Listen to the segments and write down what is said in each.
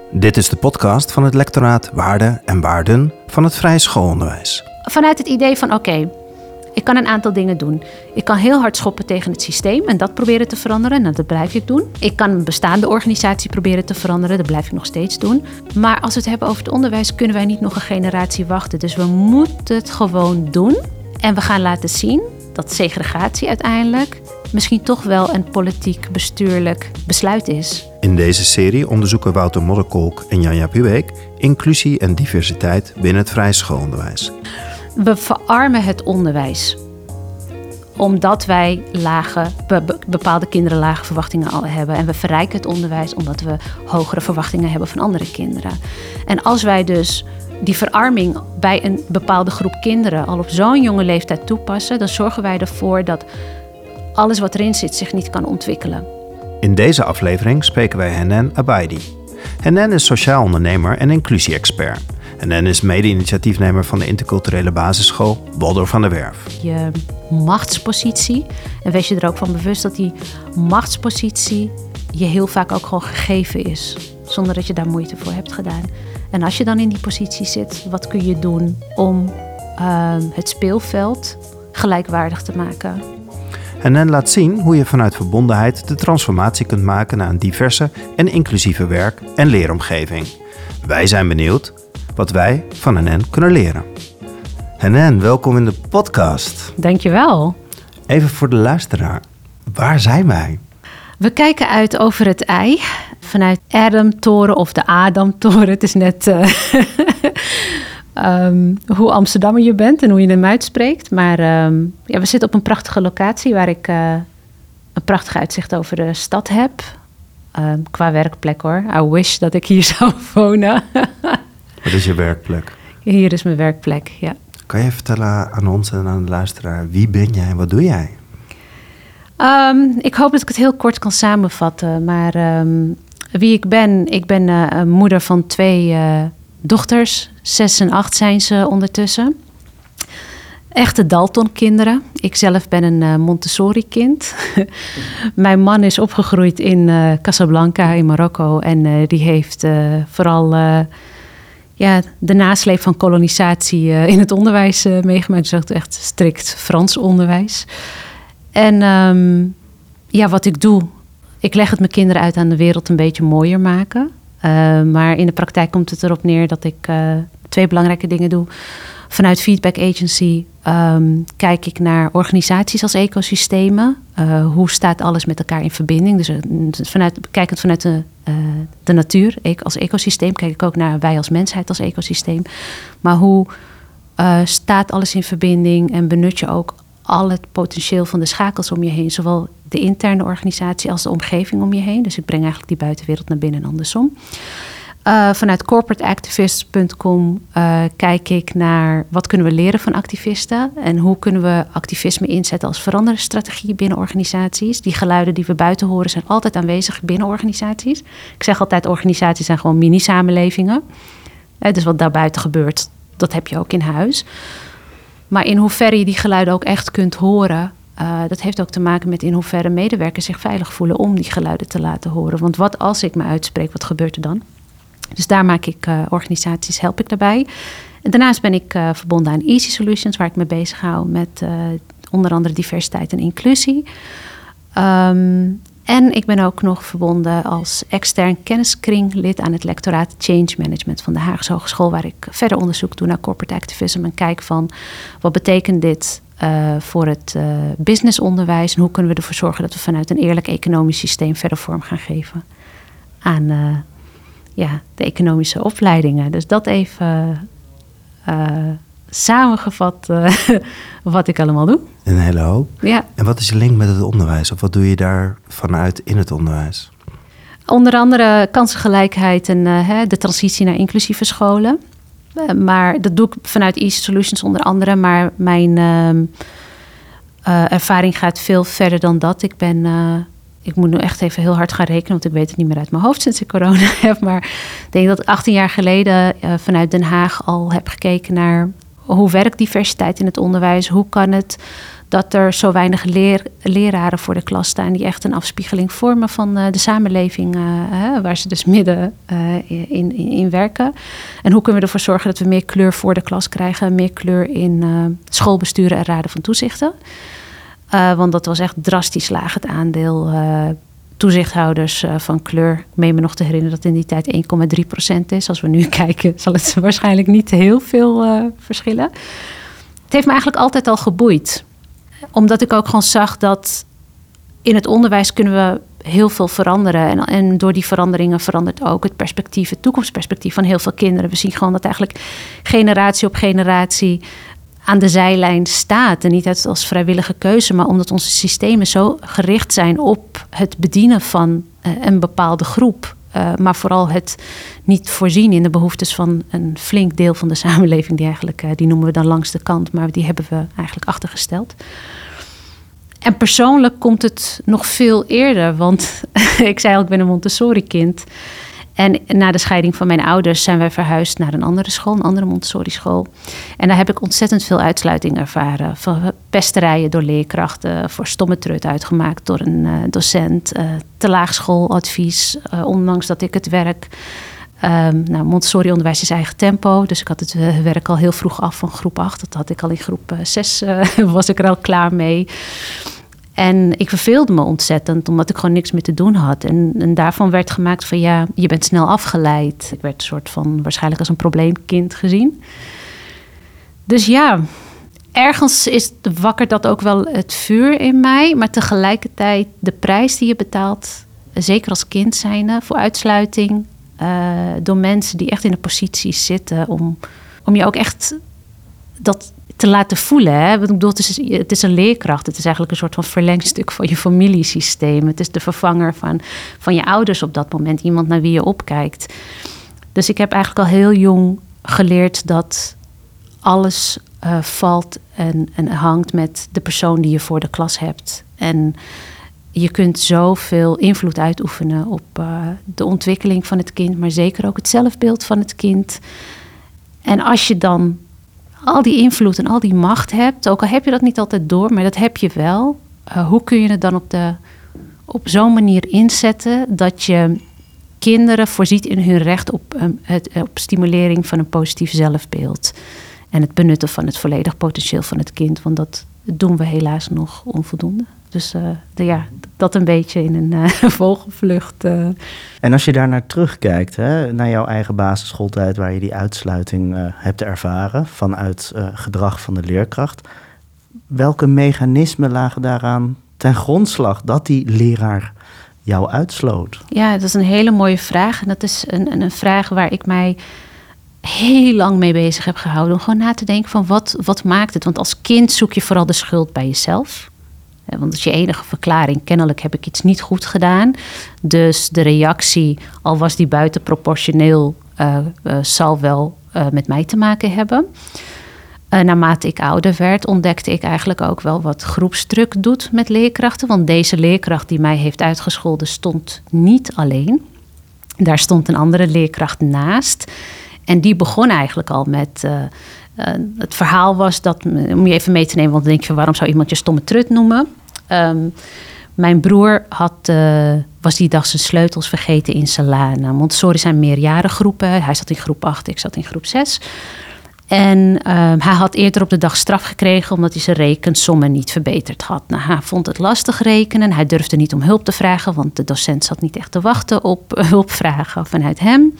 Dit is de podcast van het lectoraat Waarden en Waarden van het vrije schoolonderwijs. Vanuit het idee van oké, ik kan een aantal dingen doen. Ik kan heel hard schoppen tegen het systeem en dat proberen te veranderen. Nou, dat blijf ik doen. Ik kan een bestaande organisatie proberen te veranderen. Dat blijf ik nog steeds doen. Maar als we het hebben over het onderwijs, kunnen wij niet nog een generatie wachten. Dus we moeten het gewoon doen. En we gaan laten zien dat segregatie uiteindelijk misschien toch wel een politiek-bestuurlijk besluit is. In deze serie onderzoeken Wouter Modderkolk en Janja Pubeek inclusie en diversiteit binnen het vrije schoolonderwijs. We verarmen het onderwijs omdat wij bepaalde kinderen lage verwachtingen al hebben. En we verrijken het onderwijs omdat we hogere verwachtingen hebben van andere kinderen. En als wij dus die verarming bij een bepaalde groep kinderen al op zo'n jonge leeftijd toepassen, dan zorgen wij ervoor dat alles wat erin zit zich niet kan ontwikkelen. In deze aflevering spreken wij Hennen Abaidi. Hennen is sociaal ondernemer en inclusie-expert. Hennen is mede-initiatiefnemer van de interculturele basisschool Waldorf van der Werf. Je machtspositie, en wees je er ook van bewust dat die machtspositie je heel vaak ook gewoon gegeven is, zonder dat je daar moeite voor hebt gedaan. En als je dan in die positie zit, wat kun je doen om het speelveld gelijkwaardig te maken? Hennen laat zien hoe je vanuit verbondenheid de transformatie kunt maken naar een diverse en inclusieve werk- en leeromgeving. Wij zijn benieuwd wat wij van Hennen kunnen leren. Hennen, welkom in de podcast. Dankjewel. Even voor de luisteraar, waar zijn wij? We kijken uit over het ei vanuit Adamtoren of de Adamtoren. Het is net hoe Amsterdammer je bent en hoe je hem uitspreekt. Maar we zitten op een prachtige locatie waar ik een prachtig uitzicht over de stad heb. Qua werkplek hoor. I wish dat ik hier zou wonen. Wat is je werkplek? Hier is mijn werkplek, ja. Kan je vertellen aan ons en aan de luisteraar, wie ben jij en wat doe jij? Ik hoop dat ik het heel kort kan samenvatten. Maar wie ik ben moeder van 2 dochters. 6 en 8 zijn ze ondertussen. Echte Dalton-kinderen. Ik zelf ben een Montessori-kind. Mijn man is opgegroeid in Casablanca in Marokko. En die heeft vooral de nasleep van kolonisatie in het onderwijs meegemaakt. Dus echt strikt Frans onderwijs. En wat ik doe, ik leg het mijn kinderen uit aan de wereld een beetje mooier maken. Maar in de praktijk komt het erop neer dat ik 2 belangrijke dingen doe. Vanuit Feedback Agency kijk ik naar organisaties als ecosystemen. Hoe staat alles met elkaar in verbinding? Dus kijkend vanuit de natuur als ecosysteem, kijk ik ook naar wij als mensheid als ecosysteem. Maar hoe staat alles in verbinding en benut je ook al het potentieel van de schakels om je heen, zowel de interne organisatie als de omgeving om je heen. Dus ik breng eigenlijk die buitenwereld naar binnen en andersom. Vanuit corporateactivist.com kijk ik naar wat kunnen we leren van activisten en hoe kunnen we activisme inzetten als veranderende strategie binnen organisaties. Die geluiden die we buiten horen zijn altijd aanwezig binnen organisaties. Ik zeg altijd, organisaties zijn gewoon mini-samenlevingen. Dus wat daarbuiten gebeurt, dat heb je ook in huis. Maar in hoeverre je die geluiden ook echt kunt horen, dat heeft ook te maken met in hoeverre medewerkers zich veilig voelen om die geluiden te laten horen. Want wat als ik me uitspreek, wat gebeurt er dan? Dus daar maak ik organisaties, help ik daarbij. En daarnaast ben ik verbonden aan Easy Solutions, waar ik me bezig hou met onder andere diversiteit en inclusie. En ik ben ook nog verbonden als extern kenniskringlid aan het lectoraat Change Management van de Haagse Hogeschool, waar ik verder onderzoek doe naar corporate activism en kijk van wat betekent dit voor het businessonderwijs en hoe kunnen we ervoor zorgen dat we vanuit een eerlijk economisch systeem verder vorm gaan geven aan de economische opleidingen. Dus dat even samengevat wat ik allemaal doe. Een hele hoop. Ja. En wat is je link met het onderwijs? Of wat doe je daar vanuit in het onderwijs? Onder andere kansengelijkheid en de transitie naar inclusieve scholen. Maar dat doe ik vanuit Easy Solutions onder andere. Maar mijn ervaring gaat veel verder dan dat. Ik moet nu echt even heel hard gaan rekenen, want ik weet het niet meer uit mijn hoofd sinds ik corona heb. Maar ik denk dat ik 18 jaar geleden vanuit Den Haag al heb gekeken naar hoe werkt diversiteit in het onderwijs? Hoe kan het Dat er zo weinig leraren voor de klas staan die echt een afspiegeling vormen van de samenleving waar ze dus midden in werken. En hoe kunnen we ervoor zorgen dat we meer kleur voor de klas krijgen, meer kleur in schoolbesturen en raden van toezichten. Want dat was echt drastisch laag, het aandeel toezichthouders van kleur. Ik meen me nog te herinneren dat in die tijd 1,3% is. Als we nu kijken zal het waarschijnlijk niet heel veel verschillen. Het heeft me eigenlijk altijd al geboeid. Omdat ik ook gewoon zag dat in het onderwijs kunnen we heel veel veranderen. En door die veranderingen verandert ook het perspectief, het toekomstperspectief van heel veel kinderen. We zien gewoon dat eigenlijk generatie op generatie aan de zijlijn staat. En niet als vrijwillige keuze, maar omdat onze systemen zo gericht zijn op het bedienen van een bepaalde groep. Maar vooral het niet voorzien in de behoeftes van een flink deel van de samenleving. Die noemen we dan langs de kant, maar die hebben we eigenlijk achtergesteld. En persoonlijk komt het nog veel eerder, want ik zei al, ik ben een Montessori-kind. En na de scheiding van mijn ouders zijn wij verhuisd naar een andere school, een andere Montessori-school. En daar heb ik ontzettend veel uitsluiting ervaren. Van pesterijen door leerkrachten, voor stomme trut uitgemaakt door een docent. Te laag schooladvies, ondanks dat ik het werk... Montessori-onderwijs is eigen tempo. Dus ik had het werk al heel vroeg af van groep 8. Dat had ik al in groep 6, was ik er al klaar mee. En ik verveelde me ontzettend, omdat ik gewoon niks meer te doen had. En daarvan werd gemaakt van ja, je bent snel afgeleid. Ik werd een soort van waarschijnlijk als een probleemkind gezien. Dus ja, ergens wakkert dat ook wel het vuur in mij. Maar tegelijkertijd de prijs die je betaalt, zeker als kind zijnde, voor uitsluiting. Door mensen die echt in de positie zitten om je ook echt dat te laten voelen. Hè? Ik bedoel, het is een leerkracht. Het is eigenlijk een soort van verlengstuk van je familiesysteem. Het is de vervanger van je ouders op dat moment. Iemand naar wie je opkijkt. Dus ik heb eigenlijk al heel jong geleerd dat alles valt en hangt met de persoon die je voor de klas hebt. En je kunt zoveel invloed uitoefenen op de ontwikkeling van het kind, maar zeker ook het zelfbeeld van het kind. En als je dan al die invloed en al die macht hebt, ook al heb je dat niet altijd door, maar dat heb je wel. Hoe kun je het dan op zo'n manier inzetten dat je kinderen voorziet in hun recht op stimulering van een positief zelfbeeld en het benutten van het volledig potentieel van het kind, want dat doen we helaas nog onvoldoende. Dus dat een beetje in een vogelvlucht. En als je daar naar terugkijkt, naar jouw eigen basisschooltijd, waar je die uitsluiting hebt ervaren vanuit gedrag van de leerkracht. Welke mechanismen lagen daaraan ten grondslag dat die leraar jou uitsloot? Ja, dat is een hele mooie vraag. En dat is een vraag waar ik mij heel lang mee bezig heb gehouden. Om gewoon na te denken van wat maakt het? Want als kind zoek je vooral de schuld bij jezelf. Want dat is je enige verklaring. Kennelijk heb ik iets niet goed gedaan. Dus de reactie, al was die buitenproportioneel, zal wel met mij te maken hebben. Naarmate ik ouder werd, ontdekte ik eigenlijk ook wel wat groepsdruk doet met leerkrachten. Want deze leerkracht die mij heeft uitgescholden stond niet alleen. Daar stond een andere leerkracht naast. En die begon eigenlijk al met... het verhaal was dat, om je even mee te nemen, want dan denk je, waarom zou iemand je stomme trut noemen? Mijn broer was die dag zijn sleutels vergeten in zijn la. Nou, Montessori zijn meerjarengroepen. Hij zat in groep 8, ik zat in groep 6. En hij had eerder op de dag straf gekregen omdat hij zijn rekensommen niet verbeterd had. Nou, hij vond het lastig rekenen. Hij durfde niet om hulp te vragen, want de docent zat niet echt te wachten op hulpvragen vanuit hem.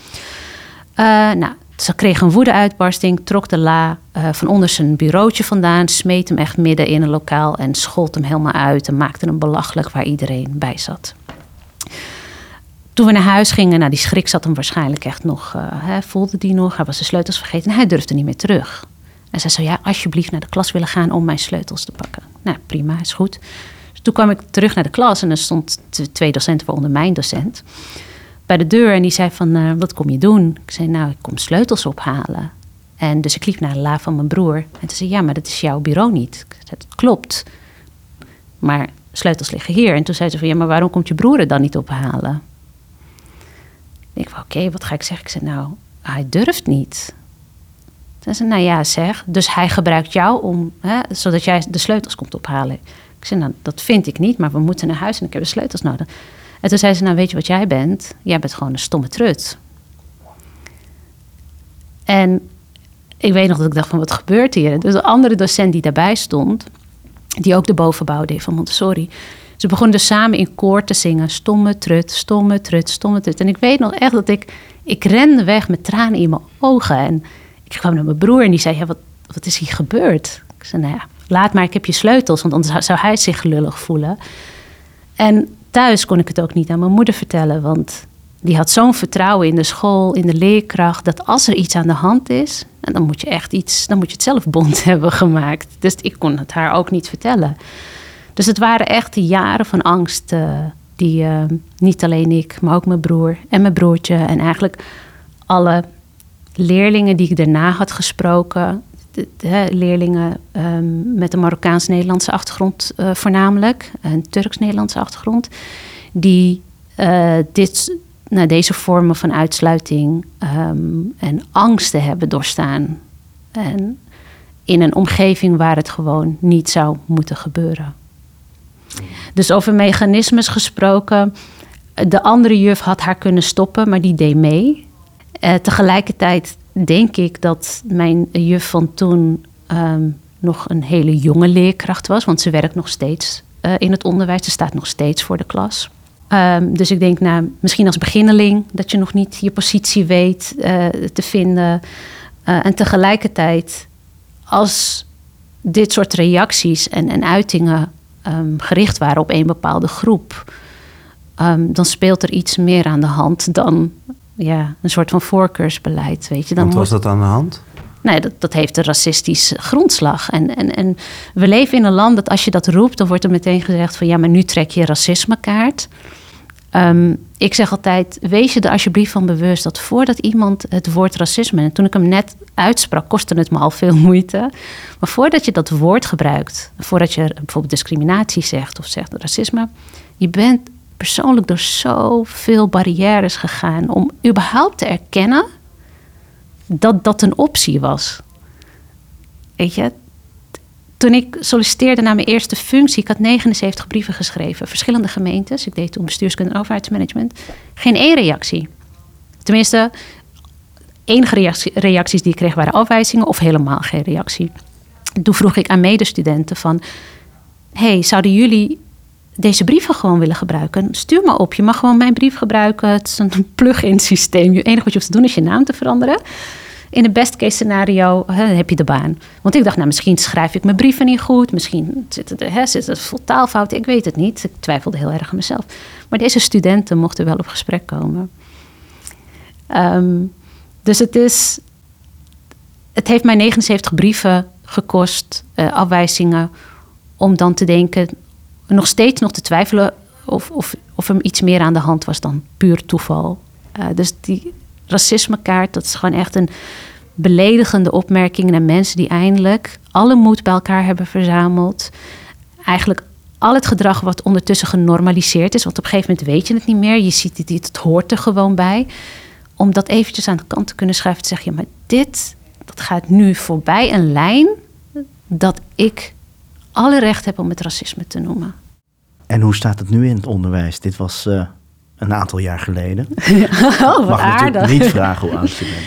Ze kreeg een woedeuitbarsting, trok de la van onder zijn bureautje vandaan, smeet hem echt midden in een lokaal en schold hem helemaal uit en maakte hem belachelijk waar iedereen bij zat. Toen we naar huis gingen, die schrik zat hem waarschijnlijk echt nog, voelde die nog. Hij was de sleutels vergeten en hij durfde niet meer terug. En zij zei, alsjeblieft naar de klas willen gaan om mijn sleutels te pakken. Nou, prima, is goed. Dus toen kwam ik terug naar de klas en er stond 2 docenten, waaronder mijn docent, bij de deur en die zei van, wat kom je doen? Ik zei, ik kom sleutels ophalen. En dus ik liep naar de la van mijn broer. En toen zei ja, maar dat is jouw bureau niet. Ik zei, dat klopt. Maar sleutels liggen hier. En toen zei ze van, ja, maar waarom komt je broer het dan niet ophalen? Ik zei, oké, wat ga ik zeggen? Ik zei, hij durft niet. Ze zei, nou ja, zeg. Dus hij gebruikt jou om, zodat jij de sleutels komt ophalen. Ik zei, nou, dat vind ik niet, maar we moeten naar huis en ik heb de sleutels nodig. En toen zei ze, nou, weet je wat jij bent? Jij bent gewoon een stomme trut. En ik weet nog dat ik dacht van, wat gebeurt hier? Dus een andere docent die daarbij stond, die ook de bovenbouw deed van Montessori. Ze begonnen dus samen in koor te zingen. Stomme trut, stomme trut, stomme trut. En ik weet nog echt dat ik rende weg met tranen in mijn ogen. En ik kwam naar mijn broer en die zei, ja, wat is hier gebeurd? Ik zei, nou ja, laat maar, ik heb je sleutels. Want anders zou hij zich gelullig voelen. En thuis kon ik het ook niet aan mijn moeder vertellen. Want die had zo'n vertrouwen in de school, in de leerkracht, dat als er iets aan de hand is, dan moet je het zelf bond hebben gemaakt. Dus ik kon het haar ook niet vertellen. Dus het waren echt de jaren van angst die niet alleen ik, maar ook mijn broer en mijn broertje en eigenlijk alle leerlingen die ik daarna had gesproken, de leerlingen met een Marokkaans-Nederlandse achtergrond voornamelijk, een Turks-Nederlandse achtergrond, die deze vormen van uitsluiting en angsten hebben doorstaan. En in een omgeving waar het gewoon niet zou moeten gebeuren. Dus over mechanismes gesproken, de andere juf had haar kunnen stoppen, maar die deed mee. Tegelijkertijd denk ik dat mijn juf van toen nog een hele jonge leerkracht was, want ze werkt nog steeds in het onderwijs. Ze staat nog steeds voor de klas. Dus ik denk, misschien als beginneling, dat je nog niet je positie weet te vinden. En tegelijkertijd, als dit soort reacties en uitingen gericht waren op een bepaalde groep, dan speelt er iets meer aan de hand dan een soort van voorkeursbeleid. Weet je. Wat was dat aan de hand? Nee, dat heeft een racistische grondslag. En we leven in een land dat als je dat roept, dan wordt er meteen gezegd van ja, maar nu trek je racismekaart. Ik zeg altijd, wees je er alsjeblieft van bewust dat voordat iemand het woord racisme, en toen ik hem net uitsprak, kostte het me al veel moeite. Maar voordat je dat woord gebruikt, voordat je bijvoorbeeld discriminatie zegt of zegt racisme, je bent persoonlijk door zoveel barrières gegaan om überhaupt te erkennen dat dat een optie was. Weet je, toen ik solliciteerde naar mijn eerste functie, ik had 79 brieven geschreven, verschillende gemeentes. Ik deed toen bestuurskunde en overheidsmanagement. Geen één reactie. Tenminste, enige reacties die ik kreeg waren afwijzingen of helemaal geen reactie. Toen vroeg ik aan medestudenten van, hey, zouden jullie deze brieven gewoon willen gebruiken? Stuur maar op, je mag gewoon mijn brief gebruiken. Het is een plug-in systeem. Het enige wat je hoeft te doen is je naam te veranderen. In het best case scenario heb je de baan. Want ik dacht, misschien schrijf ik mijn brieven niet goed. Misschien zit het vol taalfouten. Ik weet het niet. Ik twijfelde heel erg aan mezelf. Maar deze studenten mochten wel op gesprek komen. Dus het heeft mij 79 brieven gekost, afwijzingen, om dan te denken, nog steeds te twijfelen of er iets meer aan de hand was dan puur toeval. Dus die racismekaart, dat is gewoon echt een beledigende opmerking naar mensen die eindelijk alle moed bij elkaar hebben verzameld. Eigenlijk al het gedrag wat ondertussen genormaliseerd is, want op een gegeven moment weet je het niet meer. Je ziet het hoort er gewoon bij. Om dat eventjes aan de kant te kunnen schuiven, te zeggen, ja, maar dat gaat nu voorbij een lijn dat ik alle recht heb om het racisme te noemen. En hoe staat het nu in het onderwijs? Dit was een aantal jaar geleden. Oh, ik mag natuurlijk niet vragen hoe oud je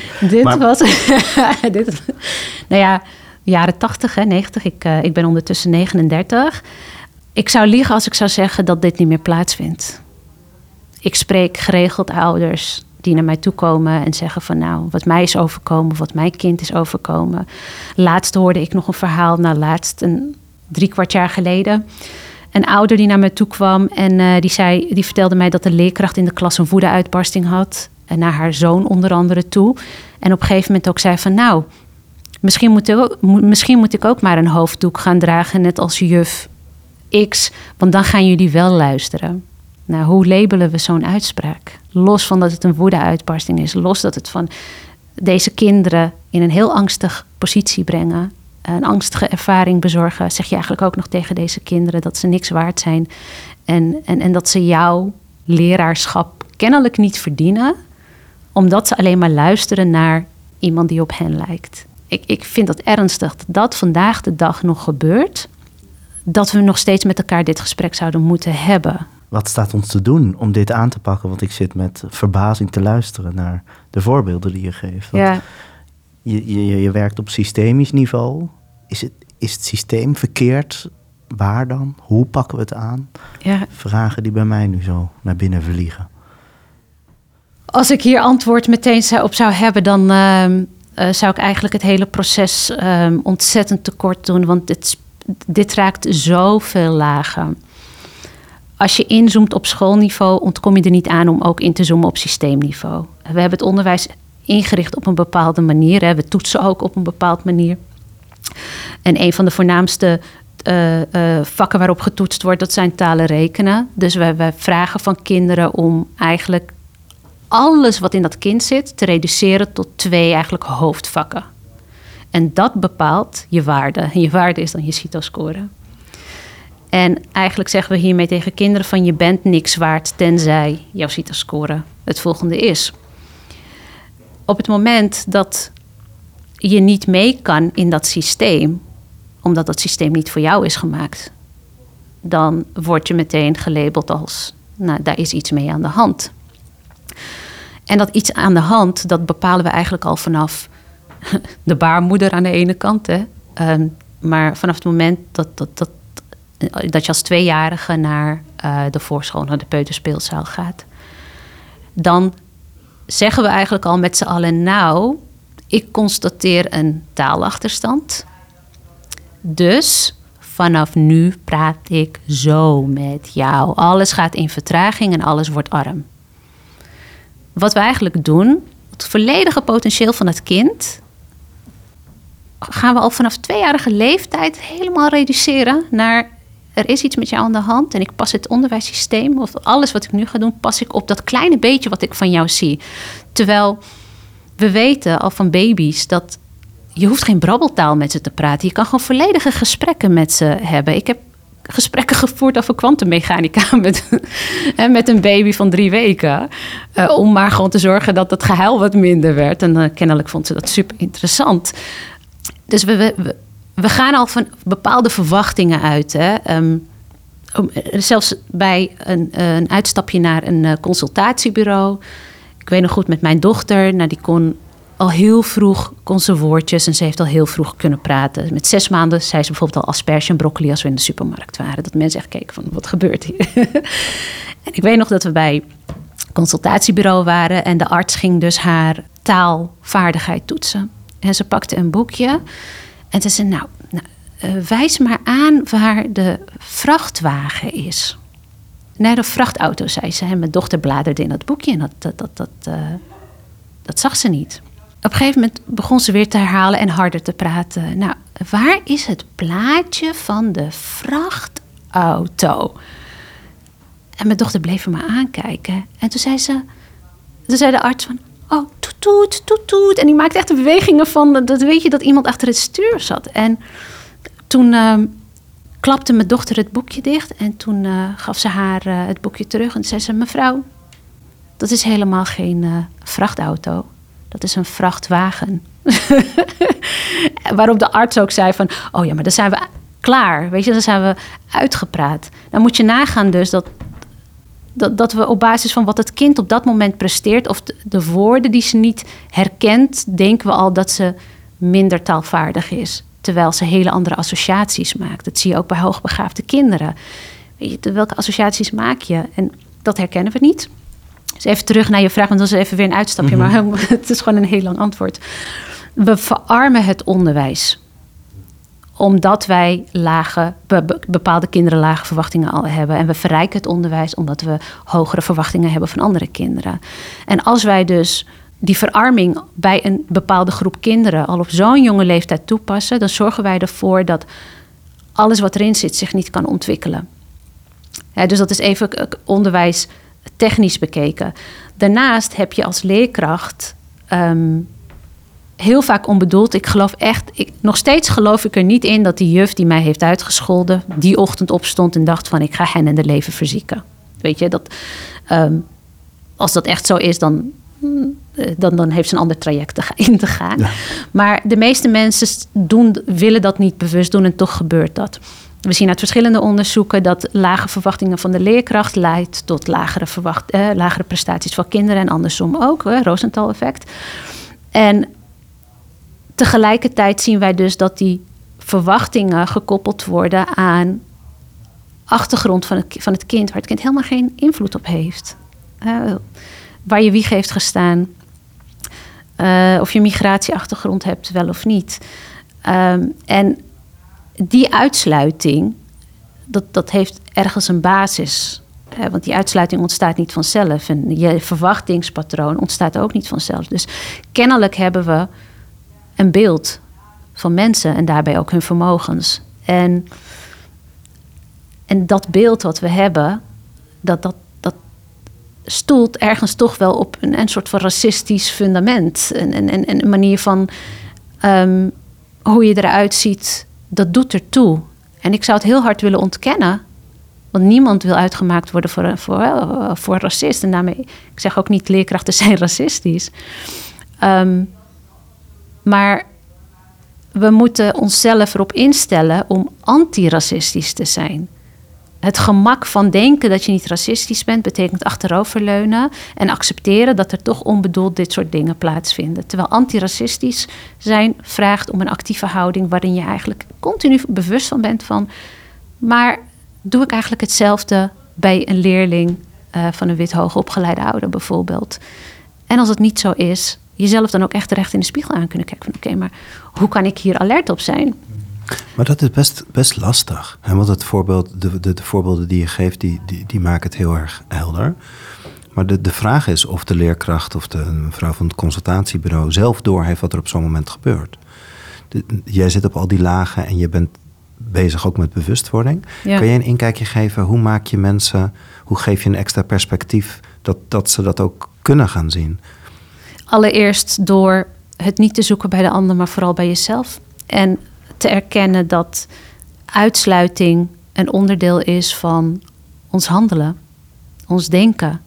bent. Nou ja, jaren 80, 90. Ik ben ondertussen 39. Ik zou liegen als ik zou zeggen dat dit niet meer plaatsvindt. Ik spreek geregeld ouders die naar mij toe komen en zeggen van nou, wat mij is overkomen, wat mijn kind is overkomen. Laatst hoorde ik nog een verhaal, een 3/4 jaar geleden. Een ouder die naar me toe kwam en die vertelde mij dat de leerkracht in de klas een woedeuitbarsting had. En naar haar zoon onder andere toe. En op een gegeven moment ook zei van nou, misschien moet ik ook maar een hoofddoek gaan dragen, net als juf X. Want dan gaan jullie wel luisteren. Nou, hoe labelen we zo'n uitspraak? Los van dat het een woedeuitbarsting is. Los dat het van deze kinderen in een heel angstige positie brengen. Een angstige ervaring bezorgen. Zeg je eigenlijk ook nog tegen deze kinderen dat ze niks waard zijn. En dat ze jouw leraarschap kennelijk niet verdienen. Omdat ze alleen maar luisteren naar iemand die op hen lijkt. ik vind dat ernstig dat vandaag de dag nog gebeurt. Dat we nog steeds met elkaar dit gesprek zouden moeten hebben. Wat staat ons te doen om dit aan te pakken? Want ik zit met verbazing te luisteren naar de voorbeelden die je geeft. Want je werkt op systemisch niveau. Is het systeem verkeerd? Waar dan? Hoe pakken we het aan? Ja. Vragen die bij mij nu zo naar binnen vliegen. Als ik hier antwoord meteen op zou hebben, dan zou ik eigenlijk het hele proces ontzettend tekort doen. Want dit raakt zoveel lagen. Als je inzoomt op schoolniveau, ontkom je er niet aan om ook in te zoomen op systeemniveau. We hebben het onderwijs ingericht op een bepaalde manier. Hè. We toetsen ook op een bepaalde manier. En een van de voornaamste vakken waarop getoetst wordt, dat zijn taal en rekenen. Dus wij vragen van kinderen om eigenlijk alles wat in dat kind zit te reduceren tot 2 eigenlijk hoofdvakken. En dat bepaalt je waarde. En je waarde is dan je CITO-score. En eigenlijk zeggen we hiermee tegen kinderen van je bent niks waard tenzij jouw CITO-score het volgende is. Op het moment dat je niet mee kan in dat systeem, omdat dat systeem niet voor jou is gemaakt, dan word je meteen gelabeld als, nou, daar is iets mee aan de hand. En dat iets aan de hand, dat bepalen we eigenlijk al vanaf de baarmoeder aan de ene kant. Hè. Maar vanaf het moment dat je als 2-jarige naar de voorschool, naar de peuterspeelzaal gaat, dan zeggen we eigenlijk al met z'n allen, nou, ik constateer een taalachterstand. Dus vanaf nu praat ik zo met jou. Alles gaat in vertraging en alles wordt arm. Wat we eigenlijk doen, het volledige potentieel van het kind, gaan we al vanaf 2-jarige leeftijd helemaal reduceren naar, er is iets met jou aan de hand en ik pas het onderwijssysteem of alles wat ik nu ga doen, pas ik op dat kleine beetje wat ik van jou zie. Terwijl we weten al van baby's dat je hoeft geen brabbeltaal met ze te praten. Je kan gewoon volledige gesprekken met ze hebben. Ik heb gesprekken gevoerd over kwantummechanica met een baby van 3 weken. Om maar gewoon te zorgen dat het gehuil wat minder werd. En kennelijk vond ze dat super interessant. Dus we gaan al van bepaalde verwachtingen uit. Hè. Zelfs bij een uitstapje naar een consultatiebureau. Ik weet nog goed met mijn dochter. Nou, die kon al heel vroeg kon ze woordjes en ze heeft al heel vroeg kunnen praten. Met 6 maanden zei ze bijvoorbeeld al asperge en broccoli als we in de supermarkt waren. Dat mensen echt keken van, wat gebeurt hier? En ik weet nog dat we bij consultatiebureau waren en de arts ging dus haar taalvaardigheid toetsen. En ze pakte een boekje en ze zei, nou, wijs maar aan waar de vrachtwagen is. Nee, de vrachtauto, zei ze. En mijn dochter bladerde in dat boekje en dat zag ze niet. Op een gegeven moment begon ze weer te herhalen en harder te praten. Nou, waar is het plaatje van de vrachtauto? En mijn dochter bleef me aankijken. En toen zei de arts van, oh, toet, toet, toet, toet. En die maakte echt de bewegingen van, dat weet je, dat iemand achter het stuur zat. En toen klapte mijn dochter het boekje dicht. En toen gaf ze haar het boekje terug. En zei ze, mevrouw, dat is helemaal geen vrachtauto. Dat is een vrachtwagen. Waarop de arts ook zei van, oh ja, maar dan zijn we klaar. Weet je, dan zijn we uitgepraat. Dan moet je nagaan dus dat we op basis van wat het kind op dat moment presteert, of de woorden die ze niet herkent, denken we al dat ze minder taalvaardig is. Terwijl ze hele andere associaties maakt. Dat zie je ook bij hoogbegaafde kinderen. Weet je, welke associaties maak je? En dat herkennen we niet. Dus even terug naar je vraag, want dat is even weer een uitstapje. Mm-hmm. Maar het is gewoon een heel lang antwoord. We verarmen het onderwijs. Omdat wij bepaalde kinderen lage verwachtingen al hebben. En we verrijken het onderwijs omdat we hogere verwachtingen hebben van andere kinderen. En als wij dus die verarming bij een bepaalde groep kinderen al op zo'n jonge leeftijd toepassen, dan zorgen wij ervoor dat alles wat erin zit zich niet kan ontwikkelen. Ja, dus dat is even onderwijs technisch bekeken. Daarnaast heb je als leerkracht heel vaak onbedoeld. Nog steeds geloof ik er niet in dat die juf die mij heeft uitgescholden die ochtend opstond en dacht van, ik ga hen en de leven verzieken. Weet je, als dat echt zo is, dan dan heeft ze een ander traject in te gaan. Ja. Maar de meeste mensen willen dat niet bewust doen en toch gebeurt dat. We zien uit verschillende onderzoeken dat lage verwachtingen van de leerkracht leidt tot lagere prestaties van kinderen en andersom ook, Rosenthal-effect. En tegelijkertijd zien wij dus dat die verwachtingen gekoppeld worden aan achtergrond van het kind, waar het kind helemaal geen invloed op heeft. Waar je wieg heeft gestaan, of je migratieachtergrond hebt, wel of niet. En die uitsluiting, dat heeft ergens een basis. Want die uitsluiting ontstaat niet vanzelf. En je verwachtingspatroon ontstaat ook niet vanzelf. Dus kennelijk hebben we een beeld van mensen en daarbij ook hun vermogens. En dat beeld wat we hebben, dat stoelt ergens toch wel op een soort van racistisch fundament. Een manier van hoe je eruit ziet, dat doet ertoe. En ik zou het heel hard willen ontkennen. Want niemand wil uitgemaakt worden voor racist. En daarmee, ik zeg ook niet leerkrachten zijn racistisch. Maar we moeten onszelf erop instellen om antiracistisch te zijn. Het gemak van denken dat je niet racistisch bent, betekent achteroverleunen en accepteren dat er toch onbedoeld dit soort dingen plaatsvinden. Terwijl antiracistisch zijn vraagt om een actieve houding waarin je eigenlijk continu bewust van bent van, maar doe ik eigenlijk hetzelfde bij een leerling van een wit hoogopgeleide ouder bijvoorbeeld? En als het niet zo is, jezelf dan ook echt recht in de spiegel aan kunnen kijken van oké, maar hoe kan ik hier alert op zijn? Maar dat is best lastig. Want het voorbeeld, de voorbeelden die je geeft, die maken het heel erg helder. Maar de vraag is of de leerkracht of de mevrouw van het consultatiebureau zelf doorheeft wat er op zo'n moment gebeurt. Jij zit op al die lagen en je bent bezig ook met bewustwording. Ja. Kan je een inkijkje geven? Hoe maak je mensen, hoe geef je een extra perspectief dat ze dat ook kunnen gaan zien? Allereerst door het niet te zoeken bij de ander, maar vooral bij jezelf. En te erkennen dat uitsluiting een onderdeel is van ons handelen, ons denken.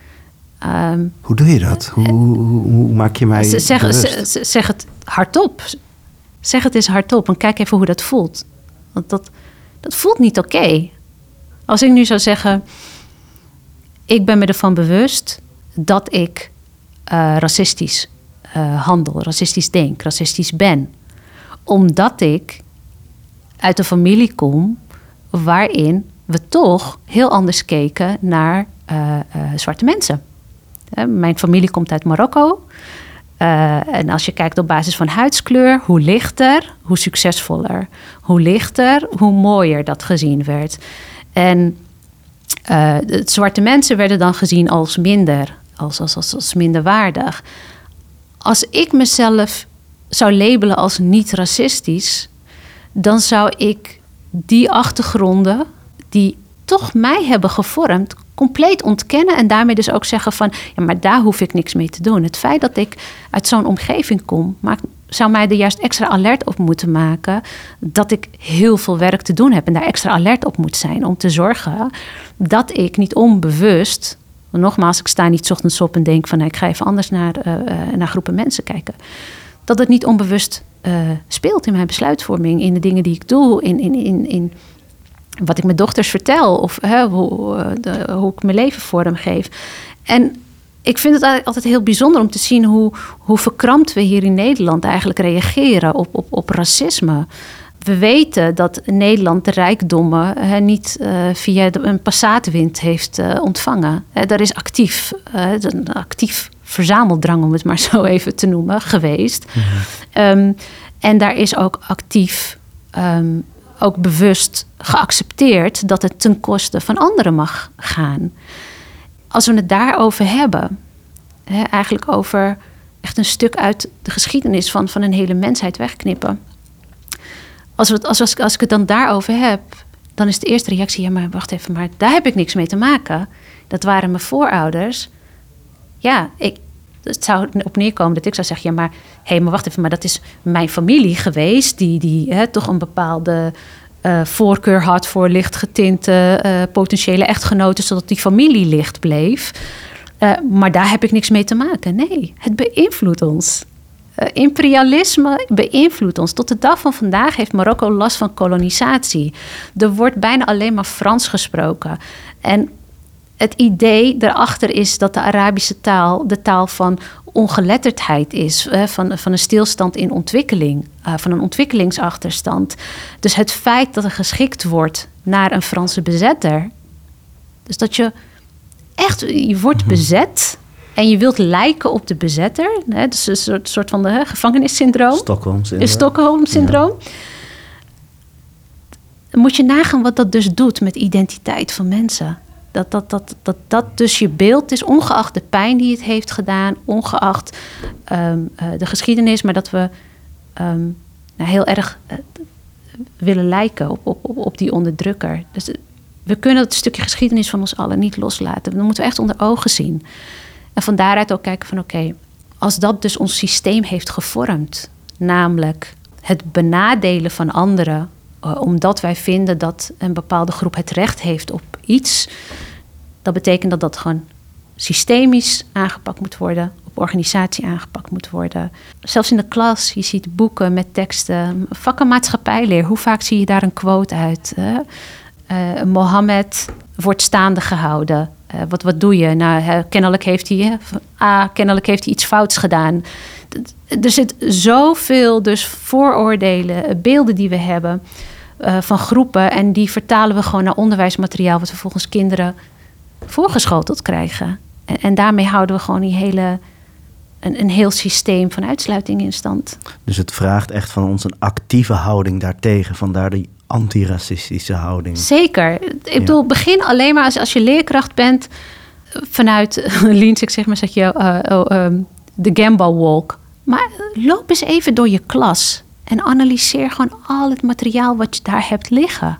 Hoe doe je dat? Hoe maak je mij zeg het hardop. Zeg het eens hardop en kijk even hoe dat voelt. Want dat voelt niet oké. Als ik nu zou zeggen, ik ben me ervan bewust dat ik racistisch handel, racistisch denk, racistisch ben. Omdat ik uit een familie kom waarin we toch heel anders keken naar zwarte mensen. Mijn familie komt uit Marokko. En als je kijkt op basis van huidskleur, hoe lichter, hoe succesvoller. Hoe lichter, hoe mooier dat gezien werd. En zwarte mensen werden dan gezien als minder, als minderwaardig. Als ik mezelf zou labelen als niet racistisch, dan zou ik die achtergronden die toch mij hebben gevormd, compleet ontkennen en daarmee dus ook zeggen van, ja, maar daar hoef ik niks mee te doen. Het feit dat ik uit zo'n omgeving kom, zou mij er juist extra alert op moeten maken dat ik heel veel werk te doen heb en daar extra alert op moet zijn om te zorgen dat ik niet onbewust, nogmaals, ik sta niet 's ochtends op en denk van, ik ga even anders naar groepen mensen kijken. Dat het niet onbewust speelt in mijn besluitvorming, in de dingen die ik doe, in wat ik mijn dochters vertel of hoe ik mijn leven vorm geef. En ik vind het altijd heel bijzonder om te zien hoe verkrampt we hier in Nederland eigenlijk reageren op racisme. We weten dat Nederland de rijkdommen niet via een passaatwind heeft ontvangen. Er is een actief verzameldrang, om het maar zo even te noemen, geweest. Mm-hmm. En daar is ook actief, ook bewust geaccepteerd dat het ten koste van anderen mag gaan. Als we het daarover hebben, eigenlijk over echt een stuk uit de geschiedenis van een hele mensheid wegknippen. Als ik het dan daarover heb, dan is de eerste reactie, ja, maar wacht even, maar daar heb ik niks mee te maken. Dat waren mijn voorouders. Ja, het zou op neerkomen dat ik zou zeggen, ja, maar maar wacht even, maar dat is mijn familie geweest die toch een bepaalde voorkeur had voor lichtgetinte potentiële echtgenoten, zodat die familie licht bleef. Maar daar heb ik niks mee te maken. Nee, het beïnvloedt ons. Imperialisme beïnvloedt ons. Tot de dag van vandaag heeft Marokko last van kolonisatie. Er wordt bijna alleen maar Frans gesproken. En het idee daarachter is dat de Arabische taal de taal van ongeletterdheid is. Van een stilstand in ontwikkeling. Van een ontwikkelingsachterstand. Dus het feit dat er geschikt wordt naar een Franse bezetter. Dus dat je wordt bezet en je wilt lijken op de bezetter. Hè, dus een soort van de gevangenissyndroom. Stockholm-syndroom. Ja. Dan moet je nagaan wat dat dus doet met identiteit van mensen. Dat dus je beeld is, ongeacht de pijn die het heeft gedaan, ongeacht de geschiedenis, maar dat we heel erg willen lijken op die onderdrukker. Dus we kunnen het stukje geschiedenis van ons allen niet loslaten. Dat moeten we echt onder ogen zien. En van daaruit ook kijken van oké, als dat dus ons systeem heeft gevormd, namelijk het benadelen van anderen, omdat wij vinden dat een bepaalde groep het recht heeft op iets, dat betekent dat dat gewoon systemisch aangepakt moet worden, op organisatie aangepakt moet worden. Zelfs in de klas, je ziet boeken met teksten, vakken maatschappijleer, hoe vaak zie je daar een quote uit? Mohammed wordt staande gehouden. Wat doe je? Nou, kennelijk heeft hij iets fouts gedaan. Er zit zoveel dus vooroordelen, beelden die we hebben van groepen. En die vertalen we gewoon naar onderwijsmateriaal, wat we volgens kinderen voorgeschoteld krijgen. En daarmee houden we gewoon een heel systeem van uitsluiting in stand. Dus het vraagt echt van ons een actieve houding daartegen. Vandaar die antiracistische houding. Zeker. Ik bedoel, begin alleen maar als je leerkracht bent vanuit Leans, ik zeg maar, zeg je de Gamba Walk. Maar loop eens even door je klas en analyseer gewoon al het materiaal wat je daar hebt liggen.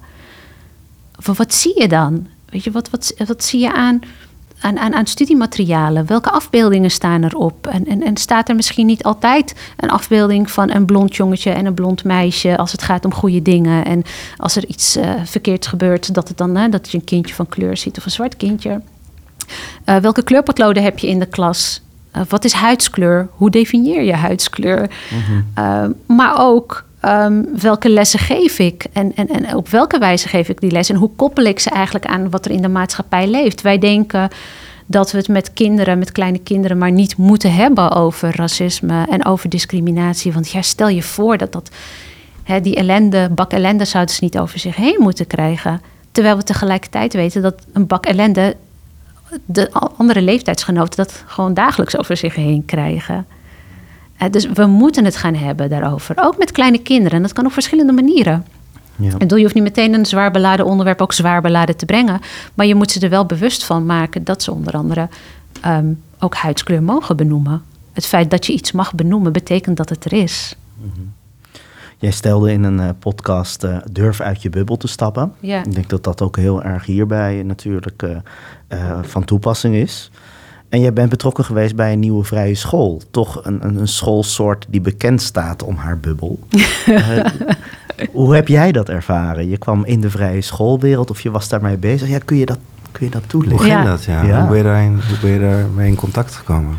Wat zie je dan? Weet je, wat zie je aan studiematerialen? Welke afbeeldingen staan erop? En staat er misschien niet altijd een afbeelding van een blond jongetje en een blond meisje als het gaat om goede dingen? En als er iets verkeerds gebeurt, dat je een kindje van kleur ziet of een zwart kindje. Welke kleurpotloden heb je in de klas? Wat is huidskleur? Hoe definieer je huidskleur? Mm-hmm. Maar ook welke lessen geef ik? En op welke wijze geef ik die les? En hoe koppel ik ze eigenlijk aan wat er in de maatschappij leeft? Wij denken dat we het met kleine kinderen, maar niet moeten hebben over racisme en over discriminatie. Want ja, stel je voor dat die bak ellende zouden ze niet over zich heen moeten krijgen. Terwijl we tegelijkertijd weten dat een bak ellende de andere leeftijdsgenoten dat gewoon dagelijks over zich heen krijgen. Dus we moeten het gaan hebben daarover. Ook met kleine kinderen. En dat kan op verschillende manieren. Ja. En je hoeft niet meteen een zwaar beladen onderwerp ook zwaar beladen te brengen. Maar je moet ze er wel bewust van maken dat ze onder andere ook huidskleur mogen benoemen. Het feit dat je iets mag benoemen betekent dat het er is. Mm-hmm. Jij stelde in een podcast durf uit je bubbel te stappen. Ja. Ik denk dat dat ook heel erg hierbij natuurlijk van toepassing is. En jij bent betrokken geweest bij een nieuwe vrije school. Toch een schoolsoort die bekend staat om haar bubbel. Hoe heb jij dat ervaren? Je kwam in de vrije schoolwereld of je was daarmee bezig. Ja, kun je dat toelichten? Hoe ging dat? Ja. Hoe ben je daarmee in contact gekomen?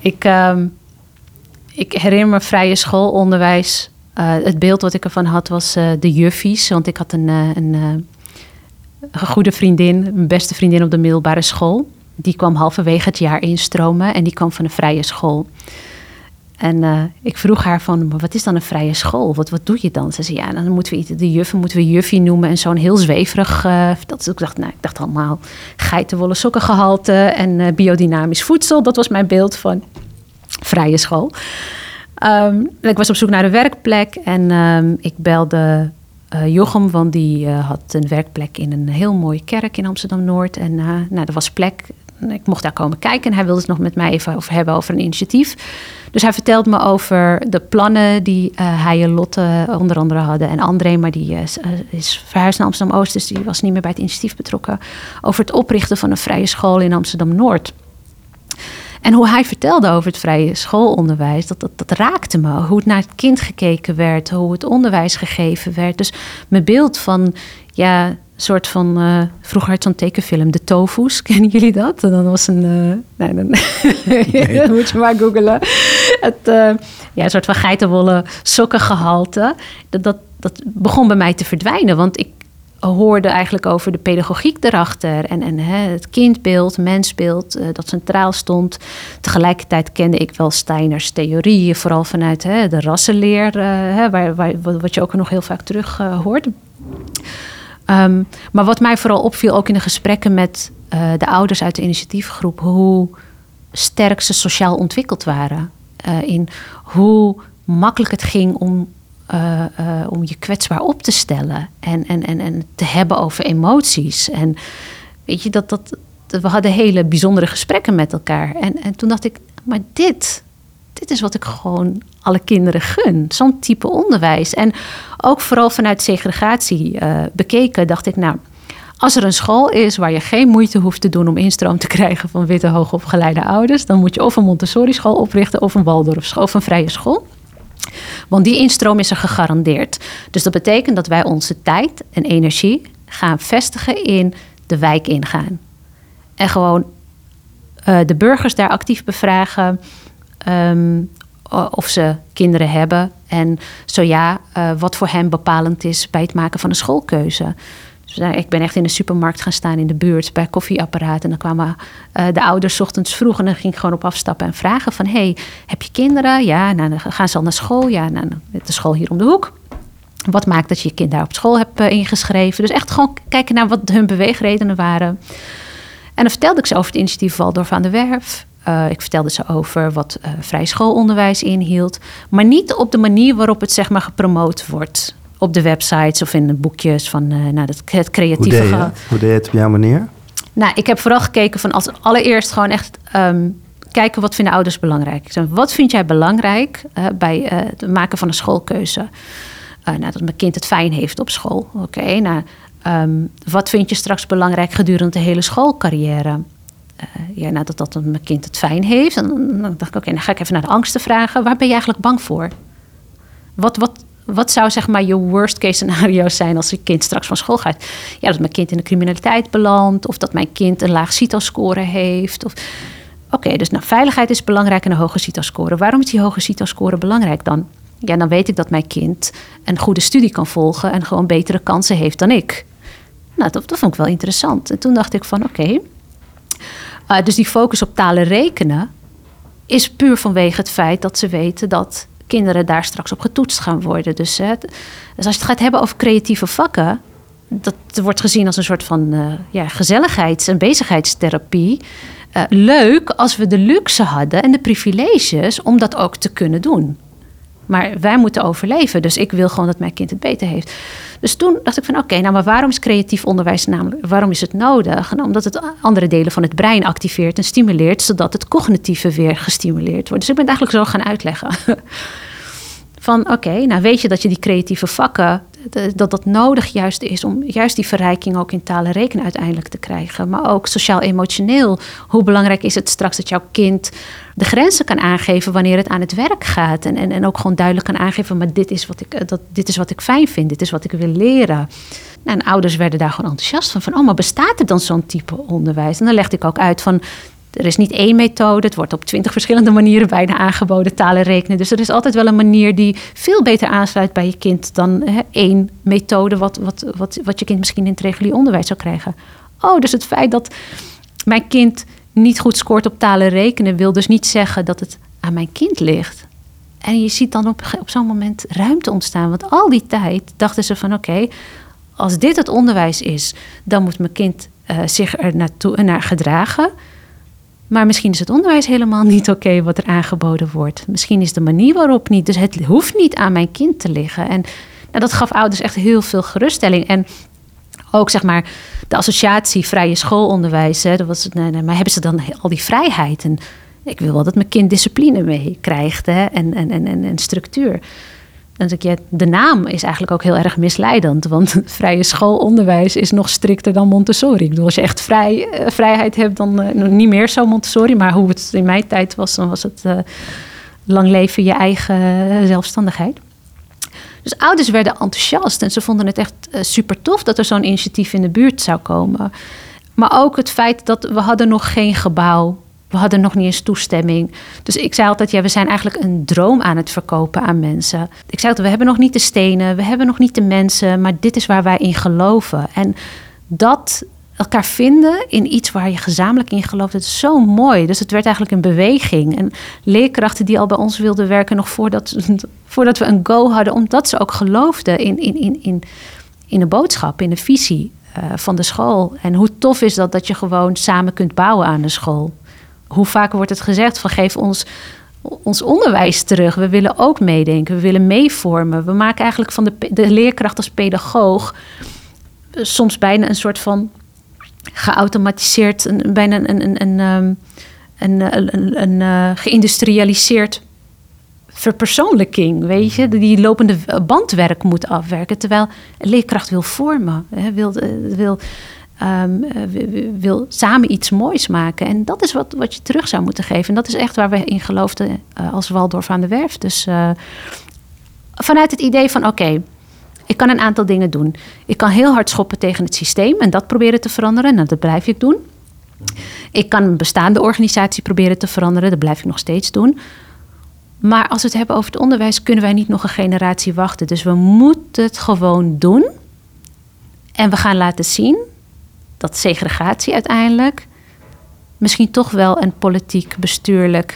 Ik herinner me vrije schoolonderwijs. Het beeld wat ik ervan had was de juffies. Want ik had een goede vriendin, mijn beste vriendin op de middelbare school. Die kwam halverwege het jaar instromen en die kwam van een vrije school. En ik vroeg haar van, maar wat is dan een vrije school? Wat doe je dan? Ze zei, ja, dan moeten we juffie noemen en zo'n heel zweverig. Ik dacht allemaal geitenwolle sokkengehalte en biodynamisch voedsel. Dat was mijn beeld van vrije school. Ik was op zoek naar een werkplek en ik belde Jochem, want die had een werkplek in een heel mooie kerk in Amsterdam-Noord. En er was plek. Ik mocht daar komen kijken en hij wilde het nog met mij even hebben over een initiatief. Dus hij vertelde me over de plannen die hij en Lotte onder andere hadden. En André, maar die is verhuisd naar Amsterdam-Oost, dus die was niet meer bij het initiatief betrokken. Over het oprichten van een vrije school in Amsterdam-Noord. En hoe hij vertelde over het vrije schoolonderwijs, dat raakte me. Hoe het naar het kind gekeken werd, hoe het onderwijs gegeven werd. Dus mijn beeld van soort van... vroeger had zo'n tekenfilm, De Tofu's. Kennen jullie dat? En dan was een... nee, dat moet je maar googlen. Een soort van geitenwolle sokkengehalte. Dat begon bij mij te verdwijnen. Want ik hoorde eigenlijk over de pedagogiek erachter. En het kindbeeld, mensbeeld, dat centraal stond. Tegelijkertijd kende ik wel Steiners theorieën. Vooral vanuit de rassenleer. Wat je ook nog heel vaak terug hoort. Maar wat mij vooral opviel, ook in de gesprekken met de ouders uit de initiatiefgroep, hoe sterk ze sociaal ontwikkeld waren. In hoe makkelijk het ging om je kwetsbaar op te stellen en te hebben over emoties. En weet je, we hadden hele bijzondere gesprekken met elkaar. En toen dacht ik, maar dit is wat ik gewoon alle kinderen gun. Zo'n type onderwijs. En ook vooral vanuit segregatie bekeken, dacht ik, nou, als er een school is waar je geen moeite hoeft te doen om instroom te krijgen van witte hoogopgeleide ouders, dan moet je of een Montessori-school oprichten of een Waldorfschool of een vrije school. Want die instroom is er gegarandeerd. Dus dat betekent dat wij onze tijd en energie gaan vestigen in de wijk ingaan. En gewoon de burgers daar actief bevragen of ze kinderen hebben. En zo ja, wat voor hen bepalend is bij het maken van een schoolkeuze. Dus ik ben echt in de supermarkt gaan staan in de buurt bij koffieapparaten. En dan kwamen de ouders 's ochtends vroeg en dan ging ik gewoon op afstappen en vragen van, hey, heb je kinderen? Ja, nou, dan gaan ze al naar school. Ja, nou, de school hier om de hoek. Wat maakt dat je je kind daar op school hebt ingeschreven? Dus echt gewoon kijken naar wat hun beweegredenen waren. En dan vertelde ik ze over het initiatief Waldorf aan de Werf. Ik vertelde ze over wat vrij schoolonderwijs inhield. Maar niet op de manier waarop het zeg maar gepromoot wordt. Op de websites of in de boekjes van het creatieve... Hoe deed je het op jouw manier? Nou, ik heb vooral gekeken van als allereerst gewoon echt kijken wat vinden ouders belangrijk. Dus wat vind jij belangrijk bij het maken van een schoolkeuze? Dat mijn kind het fijn heeft op school. Oké, wat vind je straks belangrijk gedurende de hele schoolcarrière? Dat mijn kind het fijn heeft. En dan dacht ik, dan ga ik even naar de angsten vragen. Waar ben je eigenlijk bang voor? Wat zou zeg maar je worst case scenario zijn als je kind straks van school gaat? Ja, dat mijn kind in de criminaliteit belandt. Of dat mijn kind een laag CITO-score heeft. Oké, dus veiligheid is belangrijk en een hoge CITO-score. Waarom is die hoge CITO-score belangrijk dan? Ja, dan weet ik dat mijn kind een goede studie kan volgen en gewoon betere kansen heeft dan ik. Nou, dat vond ik wel interessant. En toen dacht ik van oké. Dus die focus op talen rekenen is puur vanwege het feit dat ze weten dat kinderen daar straks op getoetst gaan worden. Dus als je het gaat hebben over creatieve vakken, dat wordt gezien als een soort van gezelligheids- en bezigheidstherapie. Leuk als we de luxe hadden en de privileges om dat ook te kunnen doen. Maar wij moeten overleven, dus ik wil gewoon dat mijn kind het beter heeft. Dus toen dacht ik van oké, maar waarom is creatief onderwijs namelijk, waarom is het nodig? En omdat het andere delen van het brein activeert en stimuleert, zodat het cognitieve weer gestimuleerd wordt. Dus ik ben het eigenlijk zo gaan uitleggen. Van oké, weet je dat je die creatieve vakken, dat nodig juist is om juist die verrijking ook in taal en rekenen uiteindelijk te krijgen. Maar ook sociaal-emotioneel. Hoe belangrijk is het straks dat jouw kind de grenzen kan aangeven wanneer het aan het werk gaat. En ook gewoon duidelijk kan aangeven, maar dit is wat ik fijn vind. Dit is wat ik wil leren. Nou, en ouders werden daar gewoon enthousiast van. Maar bestaat er dan zo'n type onderwijs? En dan legde ik ook uit van, er is niet één methode. Het wordt op 20 verschillende manieren bijna aangeboden, taal en rekenen. Dus er is altijd wel een manier die veel beter aansluit bij je kind dan één methode wat je kind misschien in het regulier onderwijs zou krijgen. Dus het feit dat mijn kind niet goed scoort op taal en rekenen wil dus niet zeggen dat het aan mijn kind ligt. En je ziet dan op zo'n moment ruimte ontstaan. Want al die tijd dachten ze van oké, als dit het onderwijs is, dan moet mijn kind zich er naar gedragen. Maar misschien is het onderwijs helemaal niet oké wat er aangeboden wordt. Misschien is de manier waarop niet. Dus het hoeft niet aan mijn kind te liggen. En dat gaf ouders echt heel veel geruststelling. En ook zeg maar de associatie vrije schoolonderwijs. Maar hebben ze dan al die vrijheid? En ik wil wel dat mijn kind discipline meekrijgt en structuur. Dan zeg ik, de naam is eigenlijk ook heel erg misleidend. Want vrije schoolonderwijs is nog strikter dan Montessori. Ik bedoel, als je echt vrijheid hebt, dan niet meer zo Montessori. Maar hoe het in mijn tijd was, dan was het lang leven je eigen zelfstandigheid. Dus ouders werden enthousiast en ze vonden het echt super tof dat er zo'n initiatief in de buurt zou komen. Maar ook het feit dat we hadden nog geen gebouw. We hadden nog niet eens toestemming. Dus ik zei altijd, we zijn eigenlijk een droom aan het verkopen aan mensen. Ik zei altijd, we hebben nog niet de stenen, we hebben nog niet de mensen, maar dit is waar wij in geloven. En dat elkaar vinden in iets waar je gezamenlijk in gelooft, dat is zo mooi. Dus het werd eigenlijk een beweging. En leerkrachten die al bij ons wilden werken, nog voordat we een go hadden, omdat ze ook geloofden in de boodschap, in de visie van de school. En hoe tof is dat je gewoon samen kunt bouwen aan de school. Hoe vaak wordt het gezegd van geef ons onderwijs terug. We willen ook meedenken, we willen meevormen. We maken eigenlijk van de leerkracht als pedagoog soms bijna een soort van geautomatiseerd, bijna een geïndustrialiseerd verpersoonlijking, weet je, die lopende bandwerk moet afwerken, terwijl een leerkracht wil vormen, wil samen iets moois maken. En dat is wat je terug zou moeten geven. En dat is echt waar we in geloofden als Waldorf aan de Werf. Dus vanuit het idee van oké, ik kan een aantal dingen doen. Ik kan heel hard schoppen tegen het systeem en dat proberen te veranderen. Nou, dat blijf ik doen. Ik kan een bestaande organisatie proberen te veranderen. Dat blijf ik nog steeds doen. Maar als we het hebben over het onderwijs, kunnen wij niet nog een generatie wachten. Dus we moeten het gewoon doen. En we gaan laten zien dat segregatie uiteindelijk misschien toch wel een politiek, bestuurlijk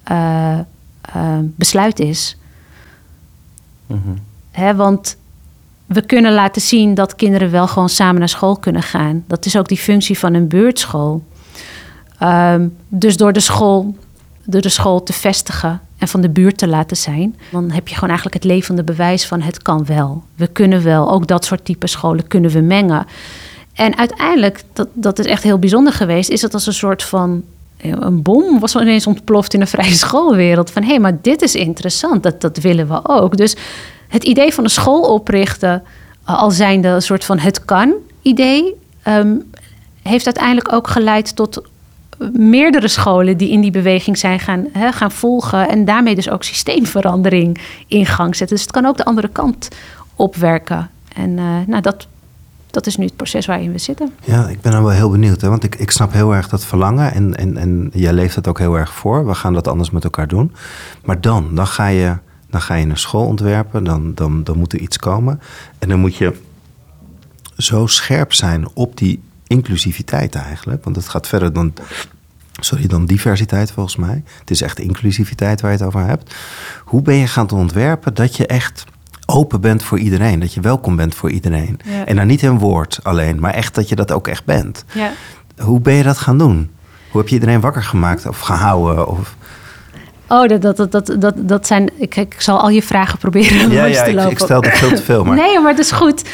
besluit is. Mm-hmm. Want we kunnen laten zien dat kinderen wel gewoon samen naar school kunnen gaan. Dat is ook die functie van een buurtschool. Dus door de school te vestigen en van de buurt te laten zijn, dan heb je gewoon eigenlijk het levende bewijs van het kan wel. We kunnen wel, ook dat soort type scholen kunnen we mengen. En uiteindelijk, dat is echt heel bijzonder geweest, is het als een soort van een bom was ineens ontploft in een vrije schoolwereld. Van hé, maar dit is interessant, dat willen we ook. Dus het idee van een school oprichten, al zijnde een soort van het kan idee, heeft uiteindelijk ook geleid tot meerdere scholen die in die beweging zijn gaan volgen en daarmee dus ook systeemverandering in gang zetten. Dus het kan ook de andere kant opwerken. En dat is nu het proces waarin we zitten. Ja, ik ben dan wel heel benieuwd. Hè? Want ik snap heel erg dat verlangen. En jij leeft het ook heel erg voor. We gaan dat anders met elkaar doen. Maar dan ga je een school ontwerpen. Dan moet er iets komen. En dan moet je zo scherp zijn op die inclusiviteit eigenlijk. Want het gaat verder dan diversiteit volgens mij. Het is echt inclusiviteit waar je het over hebt. Hoe ben je gaan ontwerpen dat je echt open bent voor iedereen, dat je welkom bent voor iedereen. Ja. En dan niet een woord alleen, maar echt dat je dat ook echt bent. Ja. Hoe ben je dat gaan doen? Hoe heb je iedereen wakker gemaakt of gehouden? Of... Oh, dat zijn... Ik zal al je vragen proberen langs te lopen. Ik stel het veel te veel. Maar... Nee, maar het is goed.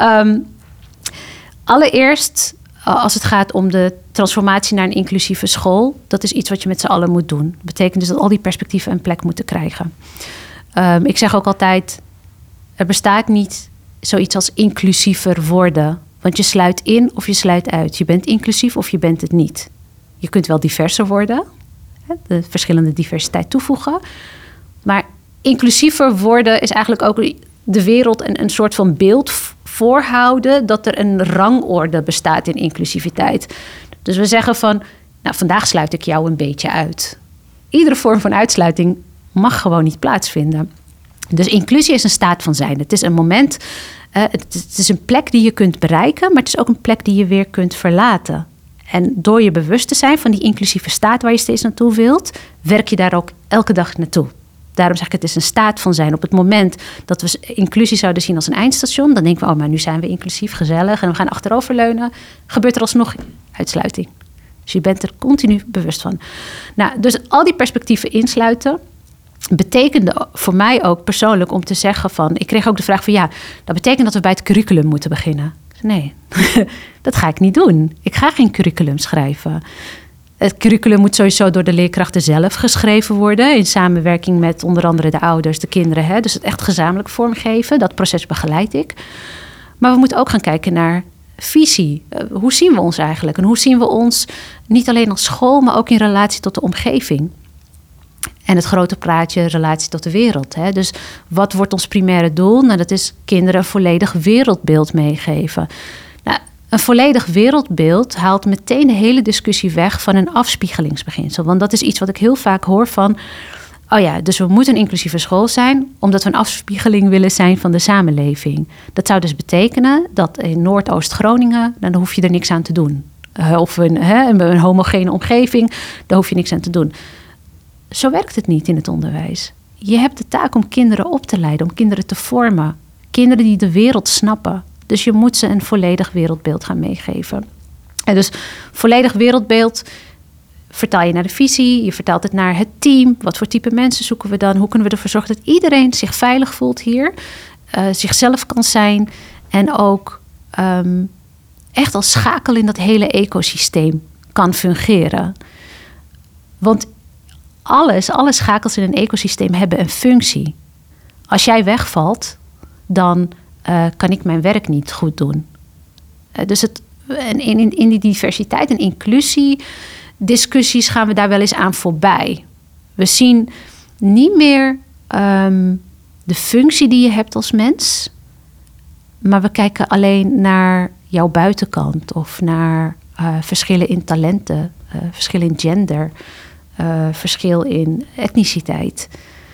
Allereerst, als het gaat om de transformatie naar een inclusieve school, dat is iets wat je met z'n allen moet doen. Dat betekent dus dat al die perspectieven een plek moeten krijgen. Ik zeg ook altijd, er bestaat niet zoiets als inclusiever worden. Want je sluit in of je sluit uit. Je bent inclusief of je bent het niet. Je kunt wel diverser worden. De verschillende diversiteit toevoegen. Maar inclusiever worden is eigenlijk ook de wereld een soort van beeld voorhouden dat er een rangorde bestaat in inclusiviteit. Dus we zeggen van, nou, vandaag sluit ik jou een beetje uit. Iedere vorm van uitsluiting mag gewoon niet plaatsvinden. Dus inclusie is een staat van zijn. Het is een moment, het is een plek die je kunt bereiken, maar het is ook een plek die je weer kunt verlaten. En door je bewust te zijn van die inclusieve staat waar je steeds naartoe wilt, werk je daar ook elke dag naartoe. Daarom zeg ik, het is een staat van zijn. Op het moment dat we inclusie zouden zien als een eindstation, dan denken we, oh, maar nu zijn we inclusief, gezellig en we gaan achteroverleunen, gebeurt er alsnog uitsluiting. Dus je bent er continu bewust van. Nou, dus al die perspectieven insluiten betekende voor mij ook persoonlijk om te zeggen van, ik kreeg ook de vraag van, ja, dat betekent dat we bij het curriculum moeten beginnen. Nee, dat ga ik niet doen. Ik ga geen curriculum schrijven. Het curriculum moet sowieso door de leerkrachten zelf geschreven worden, in samenwerking met onder andere de ouders, de kinderen. Hè? Dus het echt gezamenlijk vormgeven, dat proces begeleid ik. Maar we moeten ook gaan kijken naar visie. Hoe zien we ons eigenlijk? En hoe zien we ons niet alleen als school, maar ook in relatie tot de omgeving? En het grote plaatje, relatie tot de wereld. Hè? Dus wat wordt ons primaire doel? Nou, dat is kinderen een volledig wereldbeeld meegeven. Nou, een volledig wereldbeeld haalt meteen de hele discussie weg van een afspiegelingsbeginsel. Want dat is iets wat ik heel vaak hoor van... oh ja, dus we moeten een inclusieve school zijn... omdat we een afspiegeling willen zijn van de samenleving. Dat zou dus betekenen dat in Noordoost-Groningen... dan hoef je er niks aan te doen. Of een homogene omgeving, daar hoef je niks aan te doen. Zo werkt het niet in het onderwijs. Je hebt de taak om kinderen op te leiden, om kinderen te vormen. Kinderen die de wereld snappen. Dus je moet ze een volledig wereldbeeld gaan meegeven. En dus volledig wereldbeeld vertaal je naar de visie. Je vertaalt het naar het team. Wat voor type mensen zoeken we dan? Hoe kunnen we ervoor zorgen dat iedereen zich veilig voelt hier? Zichzelf kan zijn. En ook echt als schakel in dat hele ecosysteem kan fungeren. Want alle schakels in een ecosysteem hebben een functie. Als jij wegvalt, dan kan ik mijn werk niet goed doen. Dus in die diversiteit en inclusie discussies gaan we daar wel eens aan voorbij. We zien niet meer de functie die je hebt als mens, maar we kijken alleen naar jouw buitenkant of naar verschillen in talenten, verschil in gender, verschil in etniciteit.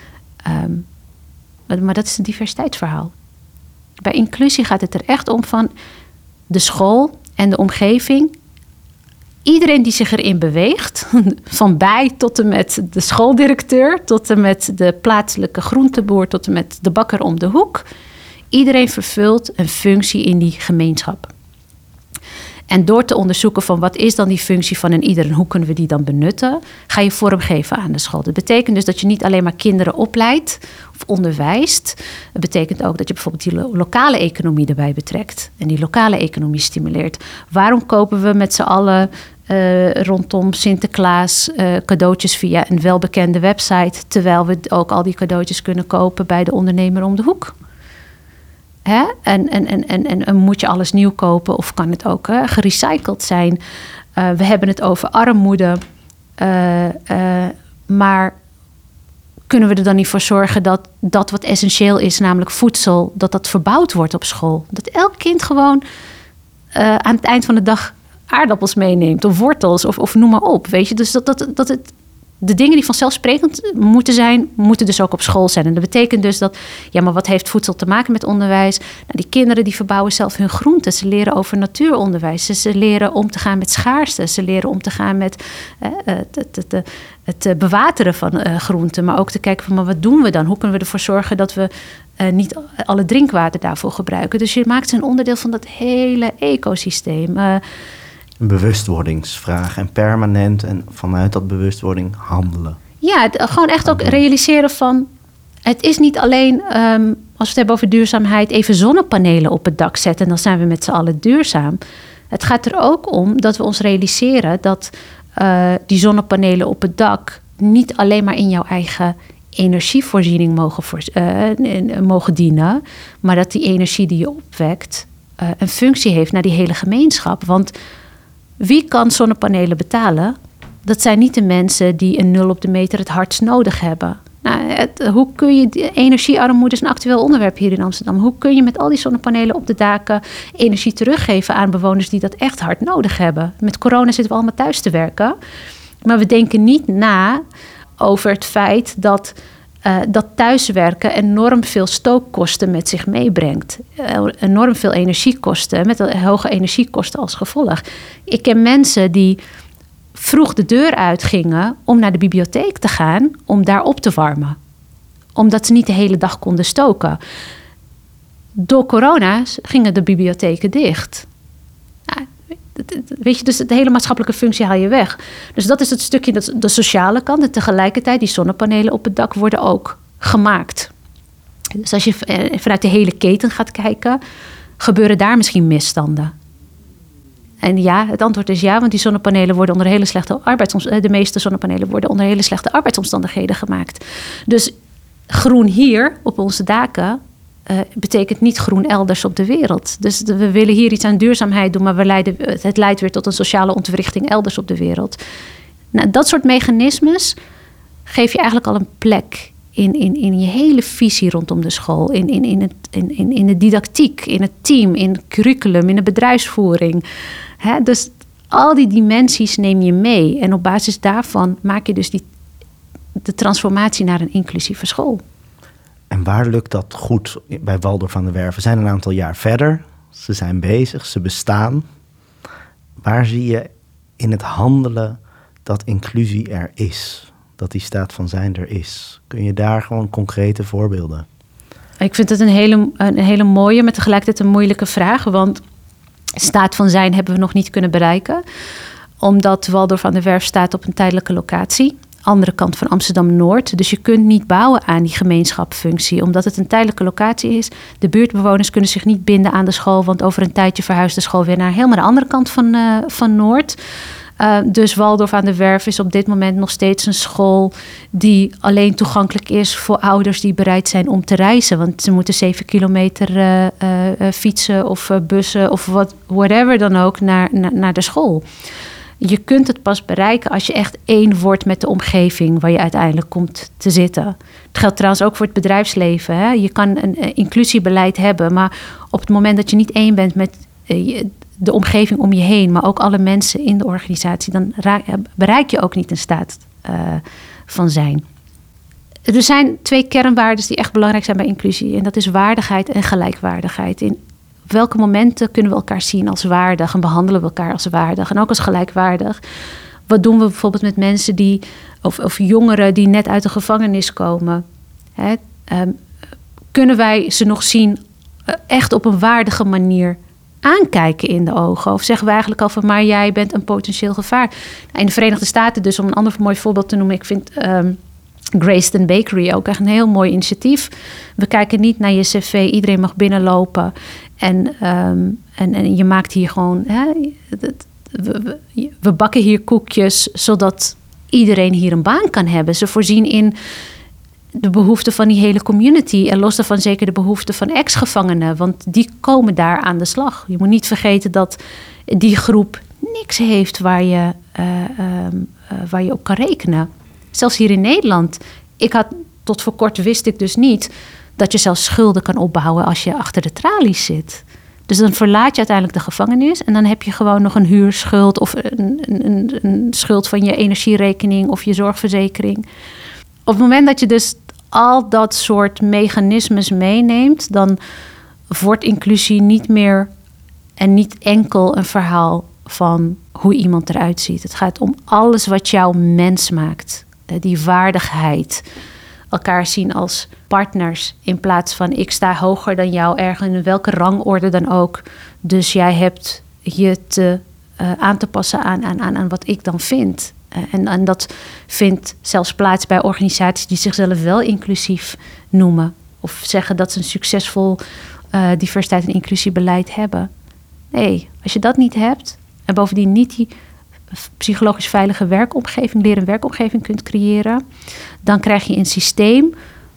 Maar dat is een diversiteitsverhaal. Bij inclusie gaat het er echt om van de school en de omgeving. Iedereen die zich erin beweegt, van bij tot en met de schooldirecteur, tot en met de plaatselijke groenteboer, tot en met de bakker om de hoek. Iedereen vervult een functie in die gemeenschap. En door te onderzoeken van wat is dan die functie van een ieder en hoe kunnen we die dan benutten, ga je vormgeven aan de school. Dat betekent dus dat je niet alleen maar kinderen opleidt of onderwijst. Het betekent ook dat je bijvoorbeeld die lokale economie erbij betrekt en die lokale economie stimuleert. Waarom kopen we met z'n allen rondom Sinterklaas cadeautjes via een welbekende website, terwijl we ook al die cadeautjes kunnen kopen bij de ondernemer om de hoek? Hè? En moet je alles nieuw kopen of kan het ook gerecycled zijn? We hebben het over armoede. Maar kunnen we er dan niet voor zorgen dat wat essentieel is, namelijk voedsel, dat verbouwd wordt op school? Dat elk kind gewoon aan het eind van de dag aardappels meeneemt of wortels of noem maar op. Weet je? Dus dat het... De dingen die vanzelfsprekend moeten zijn, moeten dus ook op school zijn. En dat betekent dus dat, ja, maar wat heeft voedsel te maken met onderwijs? Nou, die kinderen die verbouwen zelf hun groenten. Ze leren over natuuronderwijs. Ze leren om te gaan met schaarste. Ze leren om te gaan met het bewateren van groenten. Maar ook te kijken van, maar wat doen we dan? Hoe kunnen we ervoor zorgen dat we niet alle drinkwater daarvoor gebruiken? Dus je maakt ze een onderdeel van dat hele ecosysteem. Een bewustwordingsvraag en permanent en vanuit dat bewustwording handelen. Ja, gewoon echt ook realiseren van, het is niet alleen, als we het hebben over duurzaamheid, even zonnepanelen op het dak zetten en dan zijn we met z'n allen duurzaam. Het gaat er ook om dat we ons realiseren dat die zonnepanelen op het dak niet alleen maar in jouw eigen energievoorziening mogen dienen, maar dat die energie die je opwekt een functie heeft naar die hele gemeenschap. Want wie kan zonnepanelen betalen? Dat zijn niet de mensen die een 0 op de meter het hardst nodig hebben. Nou, hoe kun je, energiearmoede is een actueel onderwerp hier in Amsterdam. Hoe kun je met al die zonnepanelen op de daken energie teruggeven aan bewoners die dat echt hard nodig hebben? Met corona zitten we allemaal thuis te werken. Maar we denken niet na over het feit dat thuiswerken enorm veel stookkosten met zich meebrengt. Enorm veel energiekosten, met hoge energiekosten als gevolg. Ik ken mensen die vroeg de deur uitgingen om naar de bibliotheek te gaan, om daar op te warmen. Omdat ze niet de hele dag konden stoken. Door corona gingen de bibliotheken dicht. Nou, weet je, dus de hele maatschappelijke functie haal je weg. Dus dat is het stukje, de sociale kant. En tegelijkertijd, die zonnepanelen op het dak worden ook gemaakt. Dus als je vanuit de hele keten gaat kijken, gebeuren daar misschien misstanden. En ja, het antwoord is ja, want die zonnepanelen worden onder hele slechte de meeste zonnepanelen worden onder hele slechte arbeidsomstandigheden gemaakt. Dus groen hier op onze daken betekent niet groen elders op de wereld. Dus we willen hier iets aan duurzaamheid doen, maar het leidt weer tot een sociale ontwrichting elders op de wereld. Nou, dat soort mechanismes geef je eigenlijk al een plek in je hele visie rondom de school. In de didactiek, in het team, in het curriculum, in de bedrijfsvoering. Dus al die dimensies neem je mee. En op basis daarvan maak je dus de transformatie naar een inclusieve school. En waar lukt dat goed bij Waldorf aan de Werven? We zijn een aantal jaar verder. Ze zijn bezig, ze bestaan. Waar zie je in het handelen dat inclusie er is? Dat die staat van zijn er is? Kun je daar gewoon concrete voorbeelden? Ik vind het een hele mooie, maar tegelijkertijd een moeilijke vraag. Want staat van zijn hebben we nog niet kunnen bereiken. Omdat Waldorf aan de Werf staat op een tijdelijke locatie. Andere kant van Amsterdam-Noord. Dus je kunt niet bouwen aan die gemeenschapfunctie. Omdat het een tijdelijke locatie is. De buurtbewoners kunnen zich niet binden aan de school. Want over een tijdje verhuist de school weer naar helemaal de andere kant van Noord. Dus Waldorf aan de Werf is op dit moment nog steeds een school die alleen toegankelijk is voor ouders die bereid zijn om te reizen. Want ze moeten 7 kilometer fietsen of bussen of whatever dan ook naar de school. Je kunt het pas bereiken als je echt één wordt met de omgeving waar je uiteindelijk komt te zitten. Het geldt trouwens ook voor het bedrijfsleven. Hè? Je kan een inclusiebeleid hebben, maar op het moment dat je niet één bent met de omgeving om je heen, maar ook alle mensen in de organisatie, dan bereik je ook niet een staat van zijn. Er zijn 2 kernwaarden die echt belangrijk zijn bij inclusie. En dat is waardigheid en gelijkwaardigheid. In welke momenten kunnen we elkaar zien als waardig en behandelen we elkaar als waardig en ook als gelijkwaardig? Wat doen we bijvoorbeeld met mensen of jongeren die net uit de gevangenis komen? Kunnen wij ze nog zien echt op een waardige manier aankijken in de ogen? Of zeggen we eigenlijk al van, maar jij bent een potentieel gevaar? In de Verenigde Staten dus, om een ander mooi voorbeeld te noemen, ik vind Grayston Bakery ook echt een heel mooi initiatief. We kijken niet naar je cv, iedereen mag binnenlopen. En je maakt hier gewoon, we bakken hier koekjes zodat iedereen hier een baan kan hebben. Ze voorzien in de behoeften van die hele community. En los daarvan zeker de behoeften van ex-gevangenen. Want die komen daar aan de slag. Je moet niet vergeten dat die groep niks heeft waar je op kan rekenen. Zelfs hier in Nederland. Tot voor kort wist ik dus niet dat je zelfs schulden kan opbouwen als je achter de tralies zit. Dus dan verlaat je uiteindelijk de gevangenis en dan heb je gewoon nog een huurschuld of een schuld van je energierekening of je zorgverzekering. Op het moment dat je dus al dat soort mechanismes meeneemt, dan wordt inclusie niet meer en niet enkel een verhaal van hoe iemand eruit ziet. Het gaat om alles wat jou mens maakt. Die waardigheid. Elkaar zien als partners in plaats van ik sta hoger dan jou ergens in welke rangorde dan ook. Dus jij hebt je aan te passen aan wat ik dan vind. En dat vindt zelfs plaats bij organisaties die zichzelf wel inclusief noemen. Of zeggen dat ze een succesvol diversiteit- en inclusiebeleid hebben. Nee, als je dat niet hebt en bovendien niet die psychologisch veilige werkomgeving, leren- en werkomgeving kunt creëren, dan krijg je een systeem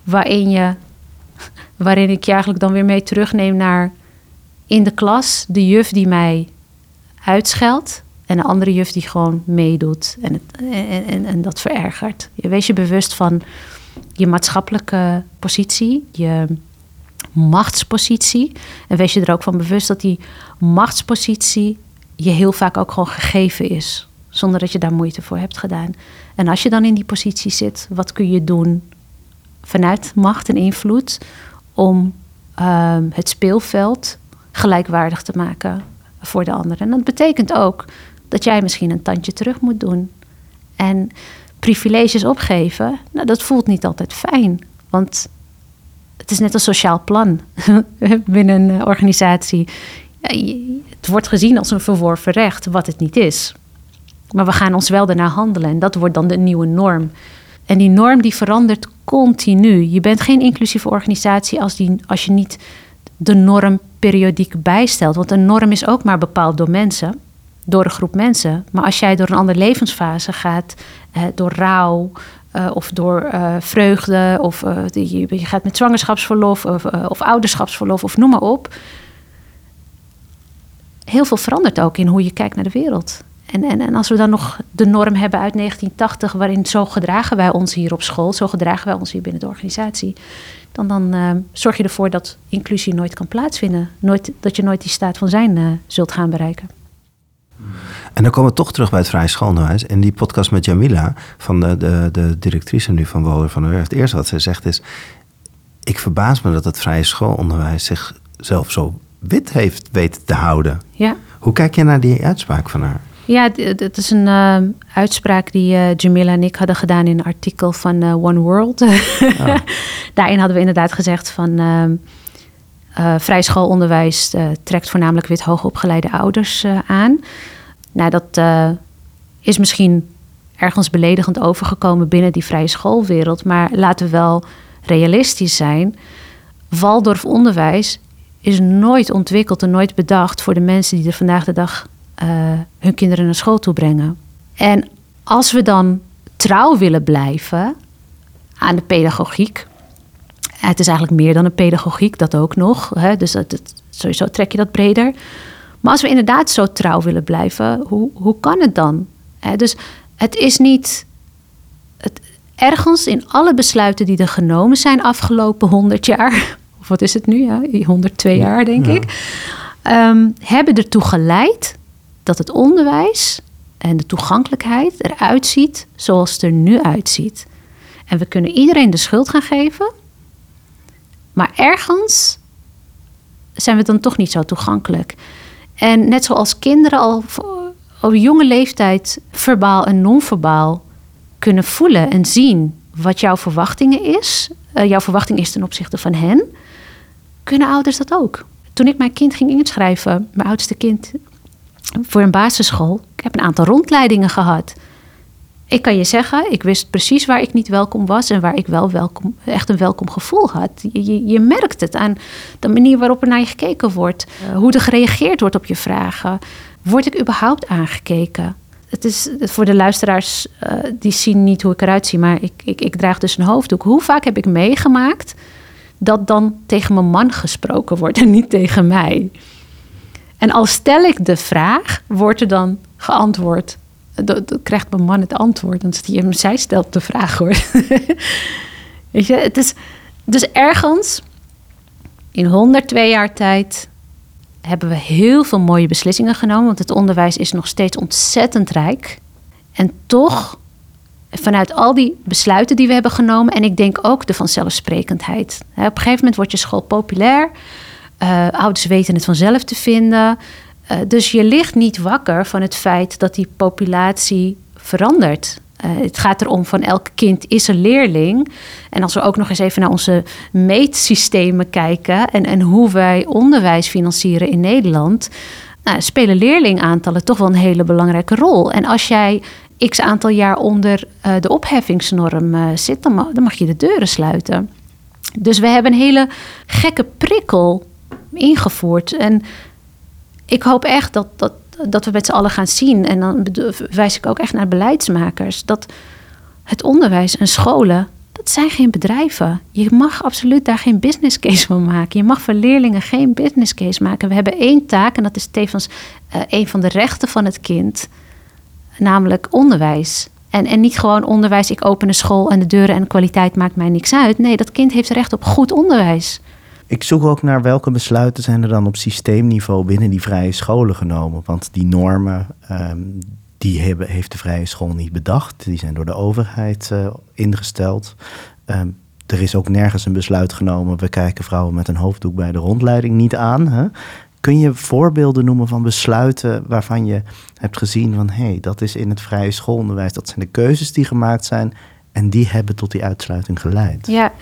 waarin ik je eigenlijk dan weer mee terugneem naar in de klas de juf die mij uitscheldt en de andere juf die gewoon meedoet en dat verergert. Wees je bewust van je maatschappelijke positie, je machtspositie en wees je er ook van bewust dat die machtspositie je heel vaak ook gewoon gegeven is, zonder dat je daar moeite voor hebt gedaan. En als je dan in die positie zit, wat kun je doen vanuit macht en invloed om het speelveld gelijkwaardig te maken voor de ander. En dat betekent ook dat jij misschien een tandje terug moet doen. En privileges opgeven, nou, dat voelt niet altijd fijn. Want het is net een sociaal plan binnen een organisatie. Het wordt gezien als een verworven recht, wat het niet is. Maar we gaan ons wel daarna handelen en dat wordt dan de nieuwe norm. En die norm die verandert continu. Je bent geen inclusieve organisatie als je niet de norm periodiek bijstelt. Want een norm is ook maar bepaald door mensen, door een groep mensen. Maar als jij door een andere levensfase gaat, door rouw of door vreugde, of je gaat met zwangerschapsverlof of ouderschapsverlof of noem maar op. Heel veel verandert ook in hoe je kijkt naar de wereld. En als we dan nog de norm hebben uit 1980... waarin zo gedragen wij ons hier op school... zo gedragen wij ons hier binnen de organisatie... dan zorg je ervoor dat inclusie nooit kan plaatsvinden. Dat je nooit die staat van zijn zult gaan bereiken. En dan komen we toch terug bij het vrije schoolonderwijs. In die podcast met Jamila, van de directrice nu van Walder van der Werf... het eerste wat zij zegt is... ik verbaas me dat het vrije schoolonderwijs zichzelf zo wit heeft weten te houden. Ja. Hoe kijk je naar die uitspraak van haar? Ja, het is een uitspraak die Jamila en ik hadden gedaan in een artikel van One World. Oh. Daarin hadden we inderdaad gezegd van... vrij schoolonderwijs trekt voornamelijk wit hoogopgeleide ouders aan. Nou, dat is misschien ergens beledigend overgekomen binnen die vrije schoolwereld. Maar laten we wel realistisch zijn. Waldorf onderwijs is nooit ontwikkeld en nooit bedacht voor de mensen die er vandaag de dag hun kinderen naar school toe brengen. En als we dan trouw willen blijven aan de pedagogiek... Het is eigenlijk meer dan een pedagogiek, dat ook nog. Hè? Dus sowieso trek je dat breder. Maar als we inderdaad zo trouw willen blijven, hoe kan het dan? Dus het is niet... ergens in alle besluiten die er genomen zijn afgelopen 100 jaar... of wat is het nu? Ja? 102 jaar, denk ik. Hebben ertoe geleid dat het onderwijs en de toegankelijkheid eruit ziet zoals het er nu uitziet. En we kunnen iedereen de schuld gaan geven... Maar ergens zijn we dan toch niet zo toegankelijk. En net zoals kinderen al op jonge leeftijd... verbaal en non-verbaal kunnen voelen en zien... wat jouw verwachtingen is. Jouw verwachting is ten opzichte van hen. Kunnen ouders dat ook. Toen ik mijn kind ging inschrijven... mijn oudste kind voor een basisschool... ik heb een aantal rondleidingen gehad... Ik kan je zeggen, ik wist precies waar ik niet welkom was... en waar ik wel echt een welkom gevoel had. Je merkt het aan de manier waarop er naar je gekeken wordt. Hoe er gereageerd wordt op je vragen. Word ik überhaupt aangekeken? Het is voor de luisteraars, die zien niet hoe ik eruit zie... maar ik draag dus een hoofddoek. Hoe vaak heb ik meegemaakt dat dan tegen mijn man gesproken wordt... en niet tegen mij? En als stel ik de vraag, wordt er dan geantwoord... Dan krijgt mijn man het antwoord. Dan zij stelt de vraag, hoor. Weet je, het is dus ergens... in 102 jaar tijd... hebben we heel veel mooie beslissingen genomen. Want het onderwijs is nog steeds ontzettend rijk. En toch, vanuit al die besluiten die we hebben genomen... en ik denk ook de vanzelfsprekendheid. Op een gegeven moment wordt je school populair. Ouders weten het vanzelf te vinden... Dus je ligt niet wakker van het feit dat die populatie verandert. Het gaat erom van elk kind is een leerling. En als we ook nog eens even naar onze meetsystemen kijken... en hoe wij onderwijs financieren in Nederland... spelen leerlingaantallen toch wel een hele belangrijke rol. En als jij x aantal jaar onder de opheffingsnorm zit... dan mag je de deuren sluiten. Dus we hebben een hele gekke prikkel ingevoerd... En ik hoop echt dat we met z'n allen gaan zien... en dan wijs ik ook echt naar beleidsmakers... dat het onderwijs en scholen, dat zijn geen bedrijven. Je mag absoluut daar geen business case van maken. Je mag voor leerlingen geen business case maken. We hebben 1 taak en dat is tevens een van de rechten van het kind... namelijk onderwijs. En niet gewoon onderwijs, ik open een school... en de deuren en de kwaliteit maakt mij niks uit. Nee, dat kind heeft recht op goed onderwijs... Ik zoek ook naar welke besluiten zijn er dan op systeemniveau binnen die vrije scholen genomen. Want die normen, heeft de vrije school niet bedacht. Die zijn door de overheid ingesteld. Er is ook nergens een besluit genomen. We kijken vrouwen met een hoofddoek bij de rondleiding niet aan. Hè? Kun je voorbeelden noemen van besluiten waarvan je hebt gezien van... hé, dat is in het vrije schoolonderwijs. Dat zijn de keuzes die gemaakt zijn en die hebben tot die uitsluiting geleid. Ja.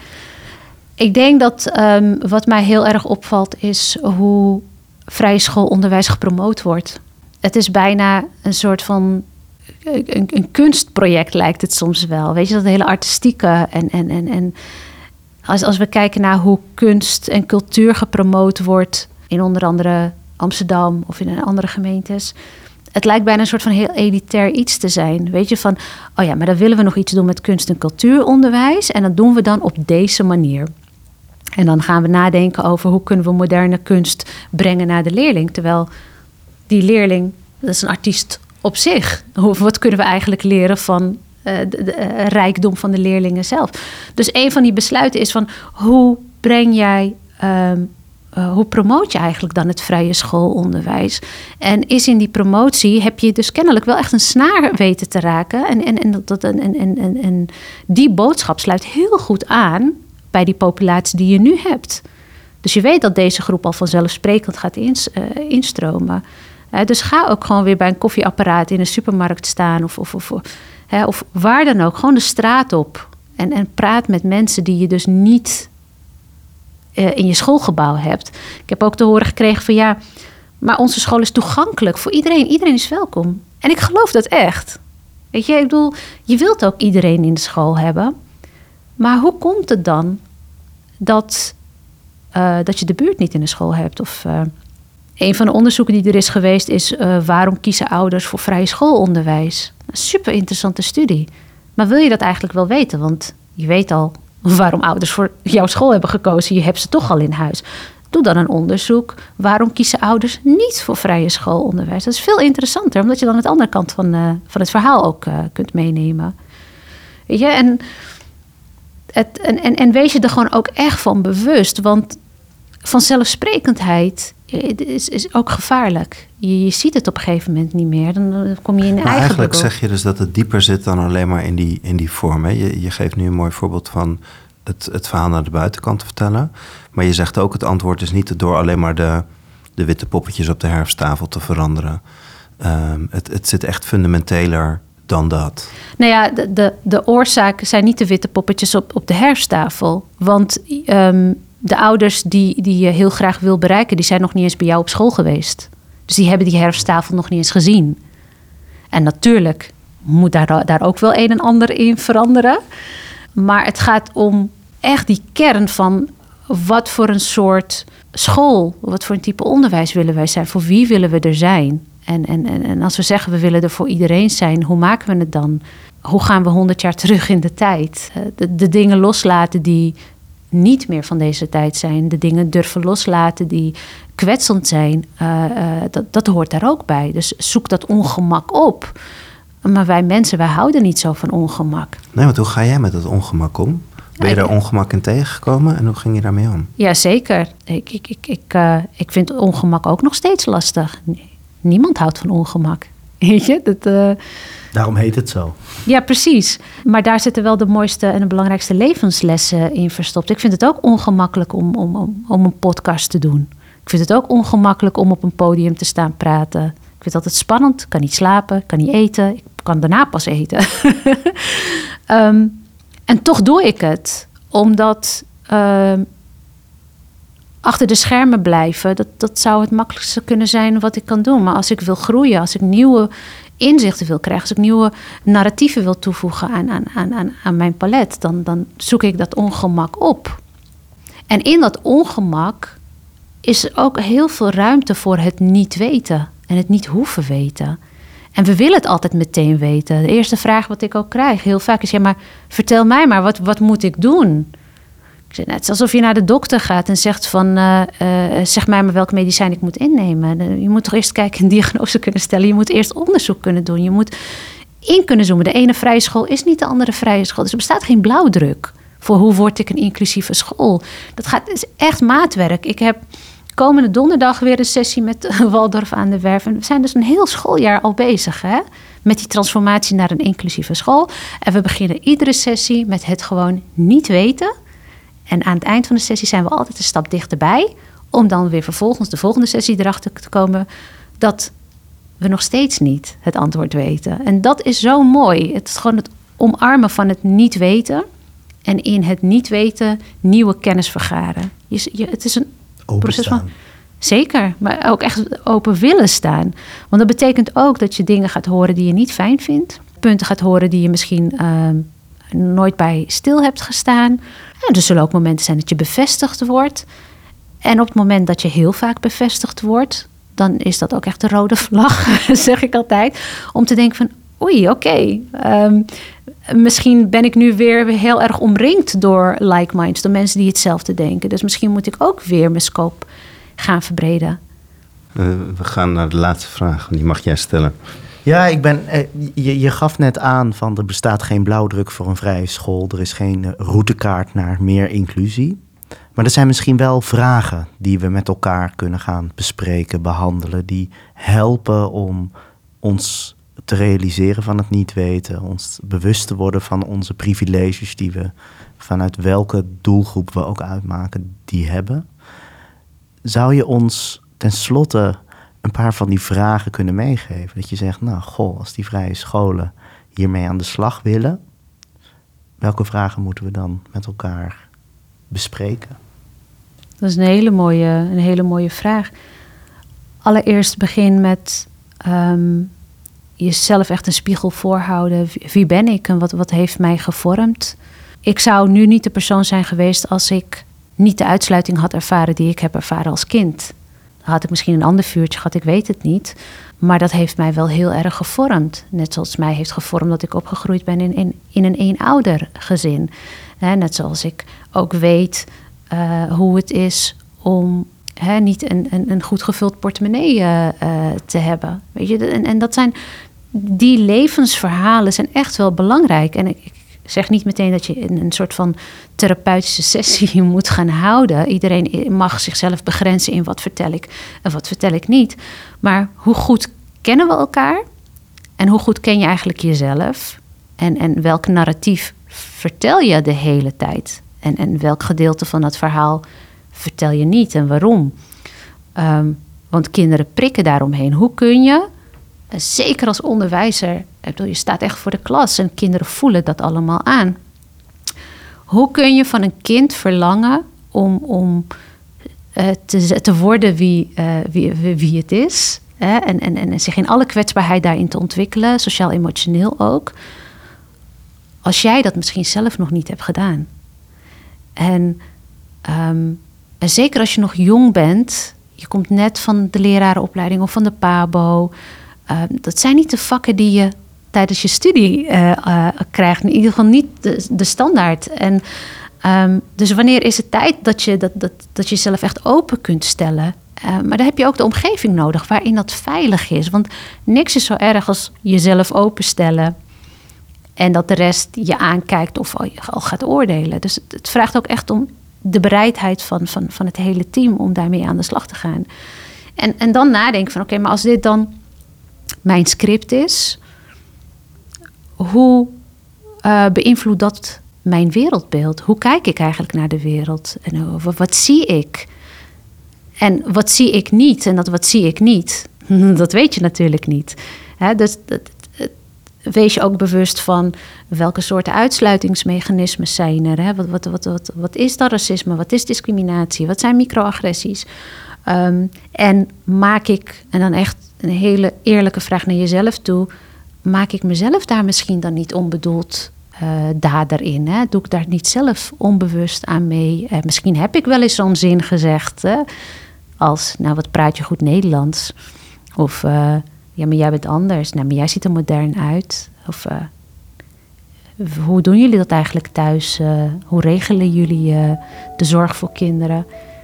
Ik denk dat wat mij heel erg opvalt is hoe vrije schoolonderwijs gepromoot wordt. Het is bijna een soort van een kunstproject lijkt het soms wel. Weet je, dat hele artistieke en als we kijken naar hoe kunst en cultuur gepromoot wordt in onder andere Amsterdam of in andere gemeentes. Het lijkt bijna een soort van heel elitair iets te zijn. Weet je, van, oh ja, maar dan willen we nog iets doen met kunst- en cultuuronderwijs. En dat doen we dan op deze manier. En dan gaan we nadenken over hoe kunnen we moderne kunst brengen naar de leerling. Terwijl die leerling, dat is een artiest op zich. Wat kunnen we eigenlijk leren van de rijkdom van de leerlingen zelf? Dus een van die besluiten is van hoe promoot je eigenlijk dan het vrije schoolonderwijs? En is in die promotie, heb je dus kennelijk wel echt een snaar weten te raken. En die boodschap sluit heel goed aan bij die populatie die je nu hebt. Dus je weet dat deze groep al vanzelfsprekend gaat instromen. Dus ga ook gewoon weer bij een koffieapparaat in een supermarkt staan of waar dan ook. Gewoon de straat op en praat met mensen die je dus niet in je schoolgebouw hebt. Ik heb ook te horen gekregen van ja, maar onze school is toegankelijk voor iedereen. Iedereen is welkom. En ik geloof dat echt. Weet je, ik bedoel, je wilt ook iedereen in de school hebben. Maar hoe komt het dan dat je de buurt niet in de school hebt? Of een van de onderzoeken die er is geweest is waarom kiezen ouders voor vrije schoolonderwijs? Een super interessante studie. Maar wil je dat eigenlijk wel weten? Want je weet al waarom ouders voor jouw school hebben gekozen. Je hebt ze toch al in huis. Doe dan een onderzoek. Waarom kiezen ouders niet voor vrije schoolonderwijs? Dat is veel interessanter, omdat je dan het andere kant van het verhaal ook kunt meenemen. Weet je, en wees je er gewoon ook echt van bewust. Want vanzelfsprekendheid is ook gevaarlijk. Je ziet het op een gegeven moment niet meer. Dan kom je in je eigen eigenlijk bubbel. zeg je dus dat het dieper zit dan alleen maar in die vorm. Hè? Je geeft nu een mooi voorbeeld van het verhaal naar de buitenkant te vertellen. Maar je zegt ook, het antwoord is niet door alleen maar de witte poppetjes op de herfsttafel te veranderen. Het zit echt fundamenteler dan dat. Nou ja, de oorzaken zijn niet de witte poppetjes op de herfsttafel. Want de ouders die je heel graag wil bereiken, die zijn nog niet eens bij jou op school geweest. Dus die hebben die herfsttafel nog niet eens gezien. En natuurlijk moet daar ook wel een en ander in veranderen. Maar het gaat om echt die kern van wat voor een soort school, wat voor een type onderwijs willen wij zijn? Voor wie willen we er zijn? En als we zeggen we willen er voor iedereen zijn, hoe maken we het dan? Hoe gaan we 100 jaar terug in de tijd? De dingen loslaten die niet meer van deze tijd zijn. De dingen durven loslaten die kwetsend zijn. Dat hoort daar ook bij. Dus zoek dat ongemak op. Maar wij mensen, wij houden niet zo van ongemak. Nee, want hoe ga jij met dat ongemak om? Ben je daar ongemak in tegengekomen en hoe ging je daarmee om? Ja, zeker. Ik vind ongemak ook nog steeds lastig. Niemand houdt van ongemak. Weet je? Daarom heet het zo. Ja, precies. Maar daar zitten wel de mooiste en de belangrijkste levenslessen in verstopt. Ik vind het ook ongemakkelijk om een podcast te doen. Ik vind het ook ongemakkelijk om op een podium te staan praten. Ik vind het altijd spannend. Ik kan niet slapen, ik kan niet eten. Ik kan daarna pas eten. En toch doe ik het. Omdat achter de schermen blijven, dat zou het makkelijkste kunnen zijn wat ik kan doen. Maar als ik wil groeien, als ik nieuwe inzichten wil krijgen, als ik nieuwe narratieven wil toevoegen aan mijn palet, dan zoek ik dat ongemak op. En in dat ongemak is er ook heel veel ruimte voor het niet weten en het niet hoeven weten. En we willen het altijd meteen weten. De eerste vraag wat ik ook krijg heel vaak is, ja, maar vertel mij maar, wat moet ik doen? Ik zeg, het is alsof je naar de dokter gaat en zegt van, zeg mij maar welk medicijn ik moet innemen. Je moet toch eerst kijken en diagnose kunnen stellen. Je moet eerst onderzoek kunnen doen. Je moet in kunnen zoomen. De ene vrije school is niet de andere vrije school. Dus er bestaat geen blauwdruk voor hoe word ik een inclusieve school. Dat is echt maatwerk. Ik heb komende donderdag weer een sessie met Waldorf aan de Werf. En we zijn dus een heel schooljaar al bezig, hè? Met die transformatie naar een inclusieve school. En we beginnen iedere sessie met het gewoon niet weten. En aan het eind van de sessie zijn we altijd een stap dichterbij, om dan weer vervolgens de volgende sessie erachter te komen dat we nog steeds niet het antwoord weten. En dat is zo mooi. Het is gewoon het omarmen van het niet weten en in het niet weten nieuwe kennis vergaren. Het is een proces van... Zeker, maar ook echt open willen staan. Want dat betekent ook dat je dingen gaat horen die je niet fijn vindt. Punten gaat horen die je misschien nooit bij stil hebt gestaan. En er zullen ook momenten zijn dat je bevestigd wordt. En op het moment dat je heel vaak bevestigd wordt, dan is dat ook echt de rode vlag, zeg ik altijd. Om te denken van, oei, oké. Misschien ben ik nu weer heel erg omringd door like minds, door mensen die hetzelfde denken. Dus misschien moet ik ook weer mijn scope gaan verbreden. We gaan naar de laatste vraag, die mag jij stellen. Ja, je gaf net aan van er bestaat geen blauwdruk voor een vrije school. Er is geen routekaart naar meer inclusie. Maar er zijn misschien wel vragen die we met elkaar kunnen gaan bespreken, behandelen. Die helpen om ons te realiseren van het niet weten. Ons bewust te worden van onze privileges die we vanuit welke doelgroep we ook uitmaken, die hebben. Zou je ons tenslotte een paar van die vragen kunnen meegeven? Dat je zegt, nou, als die vrije scholen hiermee aan de slag willen, welke vragen moeten we dan met elkaar bespreken? Dat is een hele mooie vraag. Allereerst begin met jezelf echt een spiegel voorhouden. Wie ben ik en wat heeft mij gevormd? Ik zou nu niet de persoon zijn geweest als ik niet de uitsluiting had ervaren die ik heb ervaren als kind. Dan had ik misschien een ander vuurtje gehad, ik weet het niet. Maar dat heeft mij wel heel erg gevormd. Net zoals mij heeft gevormd dat ik opgegroeid ben in een eenoudergezin. Net zoals ik ook weet hoe het is om niet een goed gevuld portemonnee te hebben. Weet je? En dat zijn, die levensverhalen zijn echt wel belangrijk. En ik zeg niet meteen dat je een soort van therapeutische sessie moet gaan houden. Iedereen mag zichzelf begrenzen in wat vertel ik en wat vertel ik niet. Maar hoe goed kennen we elkaar? En hoe goed ken je eigenlijk jezelf? En welk narratief vertel je de hele tijd? En welk gedeelte van dat verhaal vertel je niet en waarom? Want kinderen prikken daaromheen. Hoe kun je, zeker als onderwijzer, je staat echt voor de klas en kinderen voelen dat allemaal aan. Hoe kun je van een kind verlangen om te worden wie het is? En zich in alle kwetsbaarheid daarin te ontwikkelen, sociaal-emotioneel ook. Als jij dat misschien zelf nog niet hebt gedaan. En zeker als je nog jong bent, je komt net van de lerarenopleiding of van de PABO. Dat zijn niet de vakken die je tijdens je studie krijgt. In ieder geval niet de standaard. En dus wanneer is het tijd dat je jezelf echt open kunt stellen? Maar dan heb je ook de omgeving nodig waarin dat veilig is. Want niks is zo erg als jezelf openstellen en dat de rest je aankijkt of al gaat oordelen. Dus het vraagt ook echt om de bereidheid van het hele team om daarmee aan de slag te gaan. En dan nadenken van oké, maar als dit dan mijn script is, hoe beïnvloedt dat mijn wereldbeeld? Hoe kijk ik eigenlijk naar de wereld? En wat zie ik? En wat zie ik niet? En wat zie ik niet? Dat weet je natuurlijk niet. Dus wees je ook bewust van welke soorten uitsluitingsmechanismes zijn er. Wat is dat racisme? Wat is discriminatie? Wat zijn microagressies? En maak ik, en dan echt een hele eerlijke vraag naar jezelf toe, maak ik mezelf daar misschien dan niet onbedoeld dader in? Hè? Doe ik daar niet zelf onbewust aan mee? Misschien heb ik wel eens zo'n zin gezegd, als, nou, wat praat je goed Nederlands? Of, ja, maar jij bent anders. Nou, maar jij ziet er modern uit. Of, hoe doen jullie dat eigenlijk thuis? Hoe regelen jullie de zorg voor kinderen?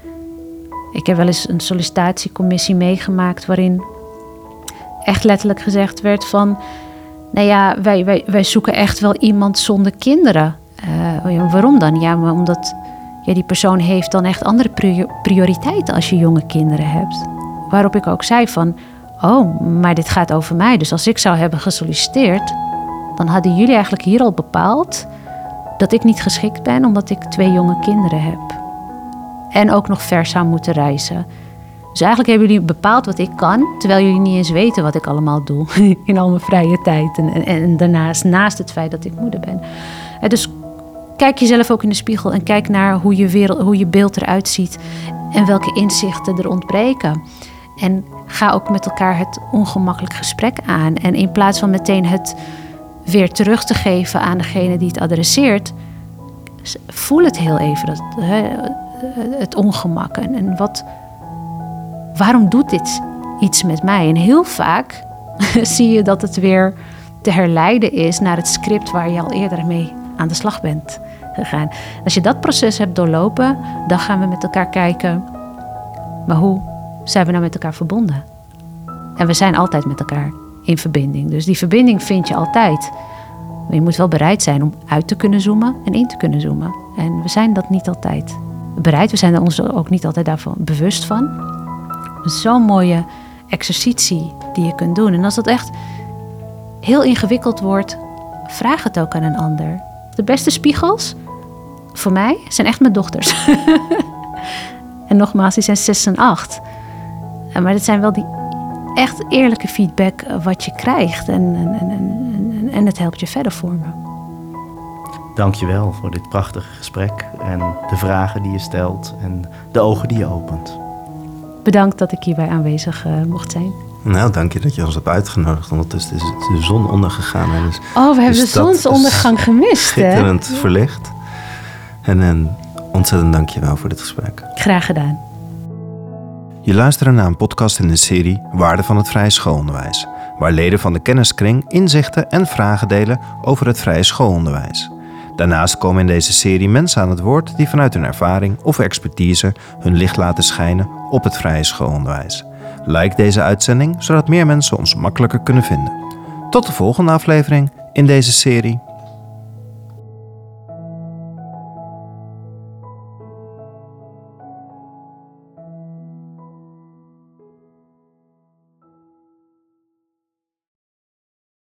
Ik heb wel eens een sollicitatiecommissie meegemaakt waarin echt letterlijk gezegd werd van, nou ja, wij zoeken echt wel iemand zonder kinderen. Waarom dan? Ja, maar omdat die persoon heeft dan echt andere prioriteiten als je jonge kinderen hebt. Waarop ik ook zei van, oh, maar dit gaat over mij. Dus als ik zou hebben gesolliciteerd, dan hadden jullie eigenlijk hier al bepaald dat ik niet geschikt ben omdat ik 2 jonge kinderen heb. En ook nog ver zou moeten reizen. Dus eigenlijk hebben jullie bepaald wat ik kan, terwijl jullie niet eens weten wat ik allemaal doe in al mijn vrije tijd. En daarnaast, naast het feit dat ik moeder ben. Dus kijk jezelf ook in de spiegel en kijk naar hoe je beeld eruit ziet en welke inzichten er ontbreken. En ga ook met elkaar het ongemakkelijk gesprek aan. En in plaats van meteen het weer terug te geven aan degene die het adresseert, voel het heel even, het ongemak. En waarom doet dit iets met mij? En heel vaak zie je dat het weer te herleiden is naar het script waar je al eerder mee aan de slag bent gegaan. Als je dat proces hebt doorlopen, dan gaan we met elkaar kijken, maar hoe zijn we nou met elkaar verbonden? En we zijn altijd met elkaar in verbinding. Dus die verbinding vind je altijd. Maar je moet wel bereid zijn om uit te kunnen zoomen en in te kunnen zoomen. En we zijn dat niet altijd bereid. We zijn er ons ook niet altijd daarvan bewust van. Zo'n mooie exercitie die je kunt doen. En als dat echt heel ingewikkeld wordt, vraag het ook aan een ander. De beste spiegels voor mij zijn echt mijn dochters. En nogmaals, die zijn 6 en 8. Maar het zijn wel die echt eerlijke feedback wat je krijgt. En het helpt je verder vormen. Dank je wel voor dit prachtige gesprek en de vragen die je stelt en de ogen die je opent. Bedankt dat ik hierbij aanwezig mocht zijn. Nou, dank je dat je ons hebt uitgenodigd. Ondertussen is de zon ondergegaan. En dus, we hebben de zonsondergang gemist. Schitterend verlicht. En ontzettend dank je wel voor dit gesprek. Graag gedaan. Je luistert naar een podcast in de serie Waarden van het vrije schoolonderwijs, waar leden van de kenniskring inzichten en vragen delen over het vrije schoolonderwijs. Daarnaast komen in deze serie mensen aan het woord die vanuit hun ervaring of expertise hun licht laten schijnen op het vrije schoolonderwijs. Like deze uitzending, zodat meer mensen ons makkelijker kunnen vinden. Tot de volgende aflevering in deze serie.